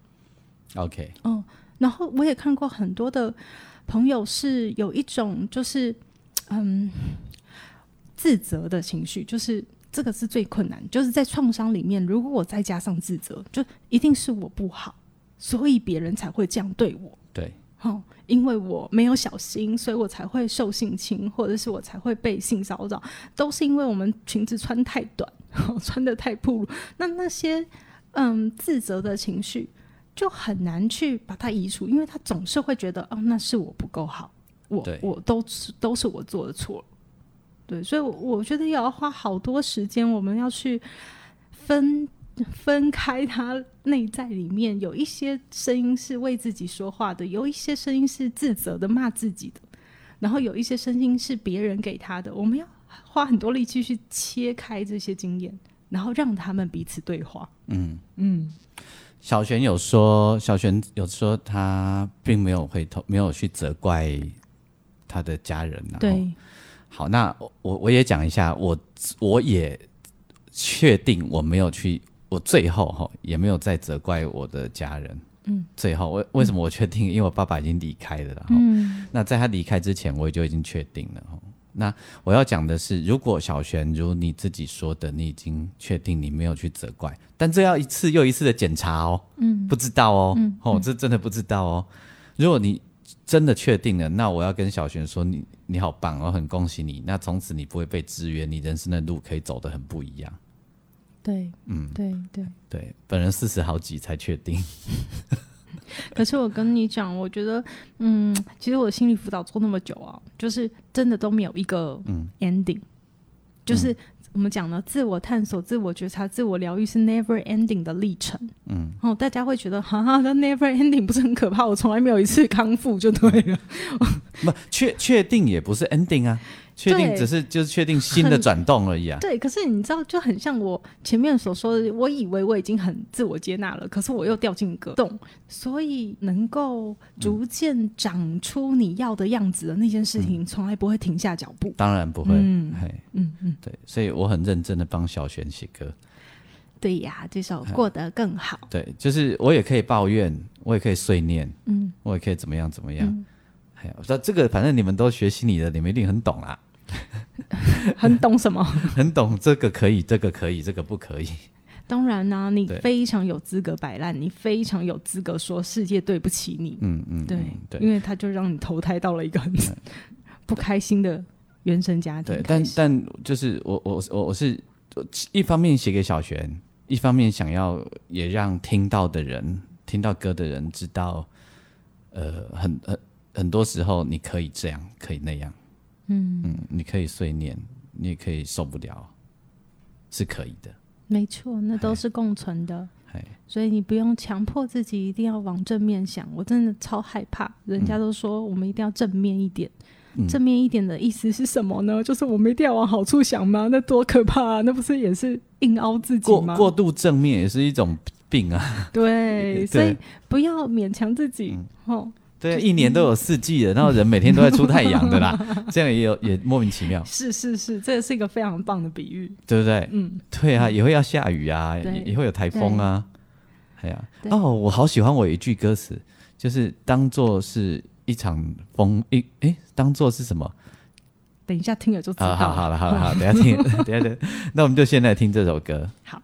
Speaker 2: OK，
Speaker 3: 嗯，然后我也看过很多的朋友是有一种就是嗯。自责的情绪，就是这个是最困难，就是在创伤里面，如果我再加上自责，就一定是我不好，所以别人才会这样对我。
Speaker 2: 对、
Speaker 3: 哦，因为我没有小心，所以我才会受性侵，或者是我才会被性骚扰，都是因为我们裙子穿太短，哦、穿得太暴露。那那些嗯自责的情绪就很难去把它移除，因为他总是会觉得，哦，那是我不够好，我我都都是我做的错了。对，所以我觉得也要花好多时间，我们要去分分开它内在里面有一些声音是为自己说话的，有一些声音是自责的骂自己的，然后有一些声音是别人给他的，我们要花很多力气去切开这些经验，然后让他们彼此对话。嗯嗯，
Speaker 2: 小璇有说，小璇有说他并没有回头，没有去责怪他的家人、啊、
Speaker 3: 对。
Speaker 2: 好，那我我也讲一下，我我也确定我没有去，我最后也没有再责怪我的家人。嗯，最后为为什么我确定？因为我爸爸已经离开了啦。嗯，那在他离开之前，我就已经确定了。那我要讲的是，如果小璇如你自己说的，你已经确定你没有去责怪，但这要一次又一次的检查哦。嗯，不知道哦。嗯，哦，这真的不知道哦。如果你真的确定了，那我要跟小璇说，你你好棒，我很恭喜你。那从此你不会被制约，你人生的路可以走得很不一样。
Speaker 3: 对，嗯，对对
Speaker 2: 对，本人四十好几才确定。
Speaker 3: 可是我跟你讲，我觉得，嗯，其实我心理辅导做那么久啊，就是真的都没有一个 ending，、嗯、就是我们讲的自我探索、自我觉察、自我疗愈是 never ending 的历程。嗯，哦，大家会觉得，哈哈，那 never ending 不是很可怕？我从来没有一次康复就对了。
Speaker 2: 不，确确定也不是 ending 啊。确定只是就是确定新的转动而已啊。
Speaker 3: 对，可是你知道，就很像我前面所说的，我以为我已经很自我接纳了，可是我又掉进一个洞，所以能够逐渐长出你要的样子的那件事情，从来不会停下脚步。
Speaker 2: 当然不会，嗯嗯嗯，对，所以我很认真的帮小璇写歌。
Speaker 3: 对呀，这首过得更好。
Speaker 2: 对，就是我也可以抱怨，我也可以碎念，嗯，我也可以怎么样怎么样。嗯哎呀，我知道这个，反正你们都学心理的，你们一定很懂啦。
Speaker 3: 很懂什么？
Speaker 2: 很懂这个可以，这个可以，这个不可以。
Speaker 3: 当然啦、啊，你非常有资格摆烂，你非常有资格说世界对不起你。嗯嗯，对，对，因为他就让你投胎到了一个很不开心的原生家庭。
Speaker 2: 对，但但就是我我我我是一方面写给小璇，一方面想要也让听到的人、听到歌的人知道，呃，很很很多时候你可以这样，可以那样。嗯嗯，你可以碎念，你也可以受不了，是可以的。
Speaker 3: 没错，那都是共存的。所以你不用强迫自己一定要往正面想。我真的超害怕，人家都说我们一定要正面一点。嗯、正面一点的意思是什么呢？就是我们一定要往好处想吗？那多可怕啊！那不是也是硬凹自己吗？
Speaker 2: 过过度正面也是一种病啊。
Speaker 3: 对，所以不要勉强自己。嗯哦
Speaker 2: 对，就是、一年都有四季的，然后人每天都在出太阳的啦，这样也有也莫名其妙。
Speaker 3: 是是是，这是一个非常棒的比喻，
Speaker 2: 对不对？嗯，对啊，也会要下雨啊，也也会有台风啊。哎呀、啊，哦，我好喜欢我有一句歌词，就是当作是一场风，一哎，当作是什么？
Speaker 3: 等一下听了就知道了。
Speaker 2: 好，好了，好了，好，等一下听，等一下等，那我们就现在听这首歌。
Speaker 3: 好。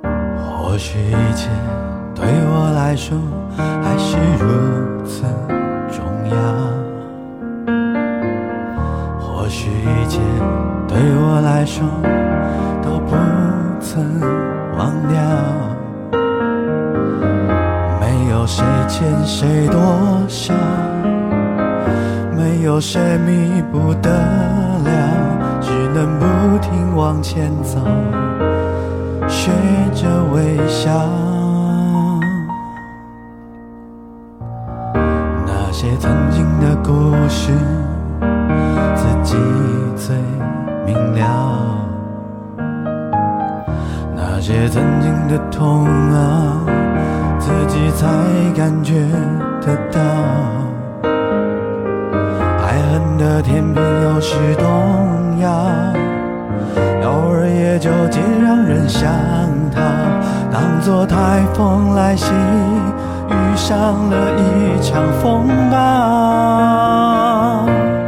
Speaker 4: 或许一切对我来说还是如此压。或许一切对我来说都不曾忘掉，没有谁欠谁多少，没有谁弥补得了，只能不停往前走，学着微笑。那些曾经的故事自己最明了，那些曾经的痛啊自己才感觉得到，爱恨的天平有时动摇，偶尔也就皆让人想逃，当作台风来袭，遇上了一场风暴，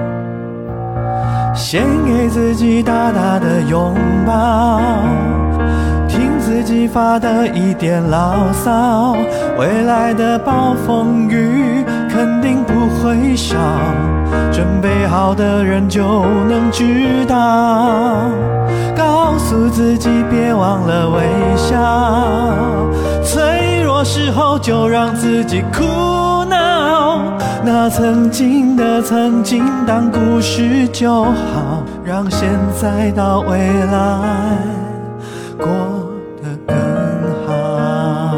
Speaker 4: 先给自己大大的拥抱，听自己发的一点牢骚，未来的暴风雨肯定不会少，准备好的人就能知道，告诉自己别忘了微笑，脆弱时候就让自己哭闹，那曾经的曾经当故事就好，让现在到未来过得更好。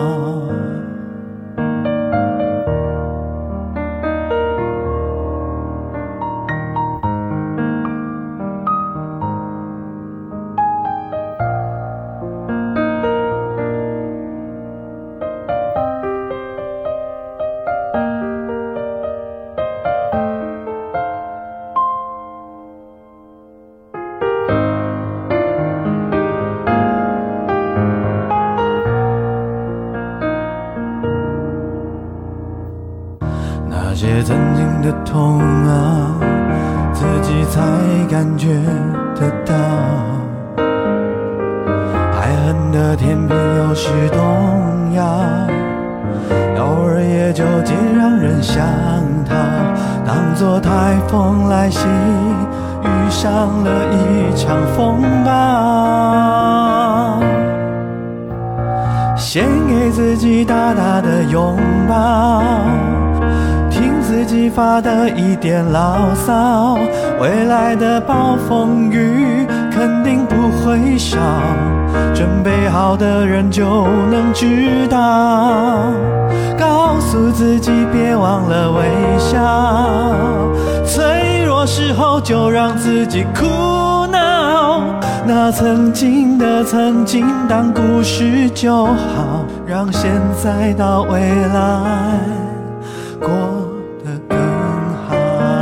Speaker 4: 那些曾经的痛啊自己才感觉得到，爱恨的天平有时动摇，偶尔也就皆让人想逃，当作台风来袭，遇上了一场风暴，先给自己大大的拥抱，听自己发的一点牢骚，未来的暴风雨肯定不会少，准备好的人就能知道，告诉自己别忘了微笑，脆弱时候就让自己哭闹，那曾经的曾经当故事就好，让现在到未来过得更好。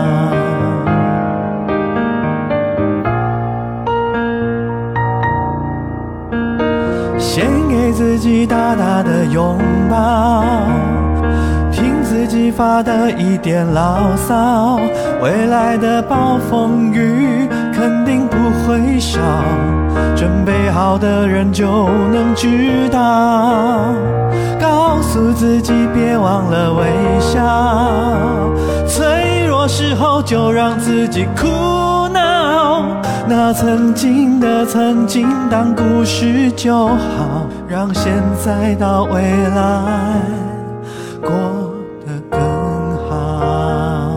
Speaker 4: 先给自己大大的拥抱，听自己发的一点牢骚，未来的暴风雨肯定不会少，准备好的人就能知道，告诉自己别忘了微笑，脆弱时候就让自己哭闹，那曾经的曾经当故事就好，让现在到未来过得更好。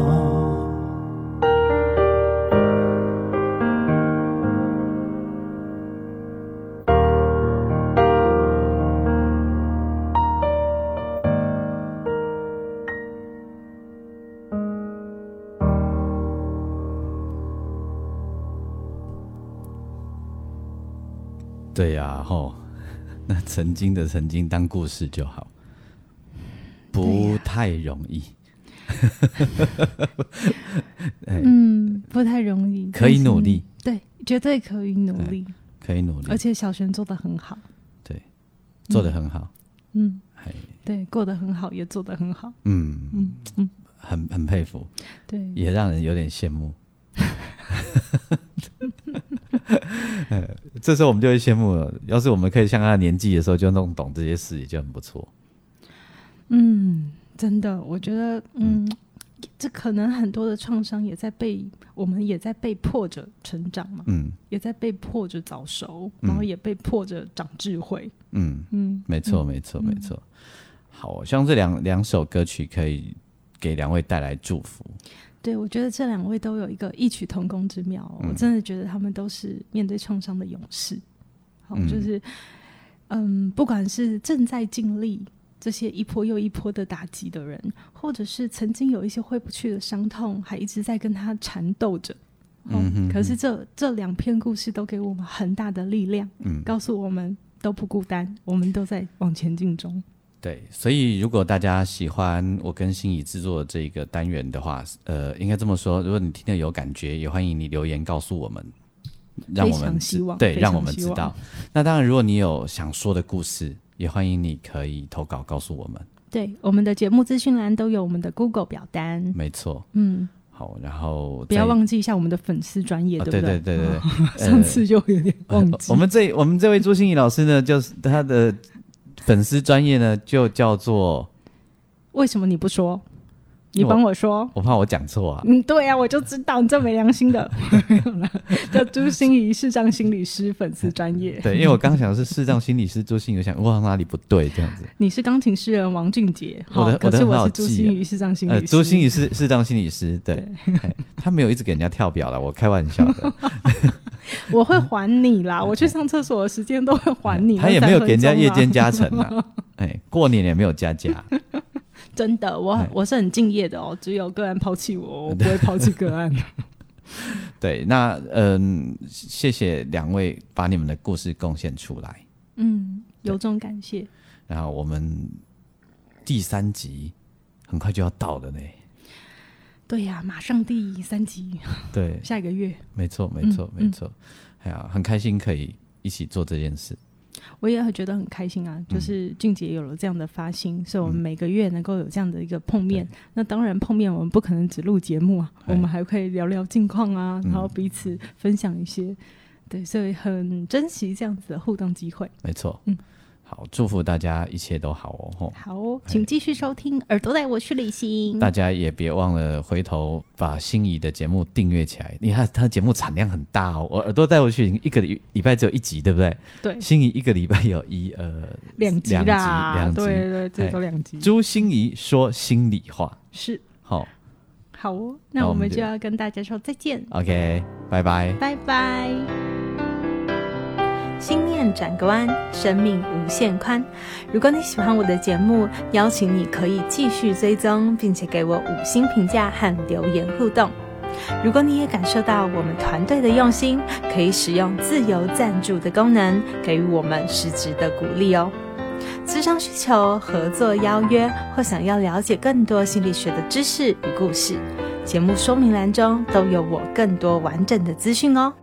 Speaker 2: 对呀、啊，吼，那曾经的曾经当故事就好，不太容易。
Speaker 3: 嗯，不太容易，
Speaker 2: 可以努力，
Speaker 3: 对，绝对可以努力，
Speaker 2: 可以努力，
Speaker 3: 而且小璇做得很好，
Speaker 2: 对，做得很好，
Speaker 3: 嗯，对，过得很好，也做得很好，
Speaker 2: 嗯
Speaker 3: 嗯嗯，
Speaker 2: 很很佩服，
Speaker 3: 对，
Speaker 2: 也让人有点羡慕。这时候我们就会羡慕了，要是我们可以像他年纪的时候就弄懂这些事，也就很不错。
Speaker 3: 嗯，真的，我觉得，嗯， 这可能很多的创伤也在被我们也在被迫着成长嘛，
Speaker 2: 嗯，
Speaker 3: 也在被迫着早熟，然后也被迫着长智慧。
Speaker 2: 嗯
Speaker 3: 嗯，
Speaker 2: 没错没错没错。好，希望这两两首歌曲可以给两位带来祝福。
Speaker 3: 对，我觉得这两位都有一个异曲同工之妙、哦嗯、我真的觉得他们都是面对创伤的勇士。好，嗯、就是嗯，不管是正在经历这些一波又一波的打击的人，或者是曾经有一些回不去的伤痛还一直在跟他缠斗着、哦、嗯哼哼，可是这这两篇故事都给我们很大的力量、嗯、告诉我们都不孤单，我们都在往前进中。
Speaker 2: 对，所以如果大家喜欢我跟心怡制作的这个单元的话，呃，应该这么说，如果你听得有感觉，也欢迎你留言告诉我们，让我们
Speaker 3: 希望
Speaker 2: 对，让我们知道。那当然，如果你有想说的故事，也欢迎你可以投稿告诉我们。
Speaker 3: 对，我们的节目资讯栏都有我们的 Google 表单。
Speaker 2: 没错，
Speaker 3: 嗯，
Speaker 2: 好，然后
Speaker 3: 不要忘记一下我们的粉丝专页、哦，对不对？
Speaker 2: 对对对对、
Speaker 3: 哦，上次就有点忘记。
Speaker 2: 呃、我们这我们这位朱心怡老师呢，就是他的粉丝专页呢，就叫做
Speaker 3: 为什么你不说？你帮我说，
Speaker 2: 我怕我讲错啊。
Speaker 3: 嗯，对啊，我就知道你这没良心的。叫朱心怡视障心理师粉丝专页。
Speaker 2: 对，因为我刚想的是视障心理师朱心怡，我想哇哪里不对这样子。
Speaker 3: 你是钢琴诗人王俊杰，
Speaker 2: 我的
Speaker 3: 可是我是
Speaker 2: 朱
Speaker 3: 心怡视障心理师。
Speaker 2: 呃，朱心怡是视障心理师，对，对他没有一直给人家跳表了，我开玩笑的。
Speaker 3: 我会还你啦，我去上厕所的时间都会还你。
Speaker 2: 他也没有给人家夜间加成啊，哎，过年也没有加价。
Speaker 3: 真的，我我是很敬业的哦，只有个案抛弃我，我不会抛弃个案。
Speaker 2: 对，那嗯，谢谢两位把你们的故事贡献出来，
Speaker 3: 嗯，由衷感谢。
Speaker 2: 然后我们第三集很快就要到了呢。
Speaker 3: 对呀、啊，马上第三集，
Speaker 2: 对，
Speaker 3: 下一个月。
Speaker 2: 没错，没错，嗯、没错。哎呀，很开心可以一起做这件事。
Speaker 3: 我也觉得很开心啊，就是俊杰有了这样的发心、嗯、所以我们每个月能够有这样的一个碰面、嗯、那当然碰面我们不可能只录节目啊，我们还可以聊聊近况啊、嗯、然后彼此分享一些，对，所以很珍惜这样子的互动机会。
Speaker 2: 没错，嗯，好，祝福大家一切都好哦。
Speaker 3: 好哦，请继续收听耳朵带我去旅行，
Speaker 2: 大家也别忘了回头把心怡的节目订阅起来，你看他的节目产量很大哦，我耳朵带我去一个礼拜只有一集，对不对？对，心怡一个礼拜有一呃
Speaker 3: 两集啦，
Speaker 2: 两集，
Speaker 3: 对对，最多两集。
Speaker 2: 朱心怡说心里话，
Speaker 3: 是，
Speaker 2: 好，
Speaker 3: 好哦，那我们就要跟大家说再见。
Speaker 2: OK， 拜拜，
Speaker 3: 拜拜。
Speaker 1: 心念转个弯，生命无限宽。如果你喜欢我的节目，邀请你可以继续追踪，并且给我五星评价和留言互动。如果你也感受到我们团队的用心，可以使用自由赞助的功能，给予我们实质的鼓励哦。咨商需求、合作邀约，或想要了解更多心理学的知识与故事，节目说明栏中都有我更多完整的资讯哦。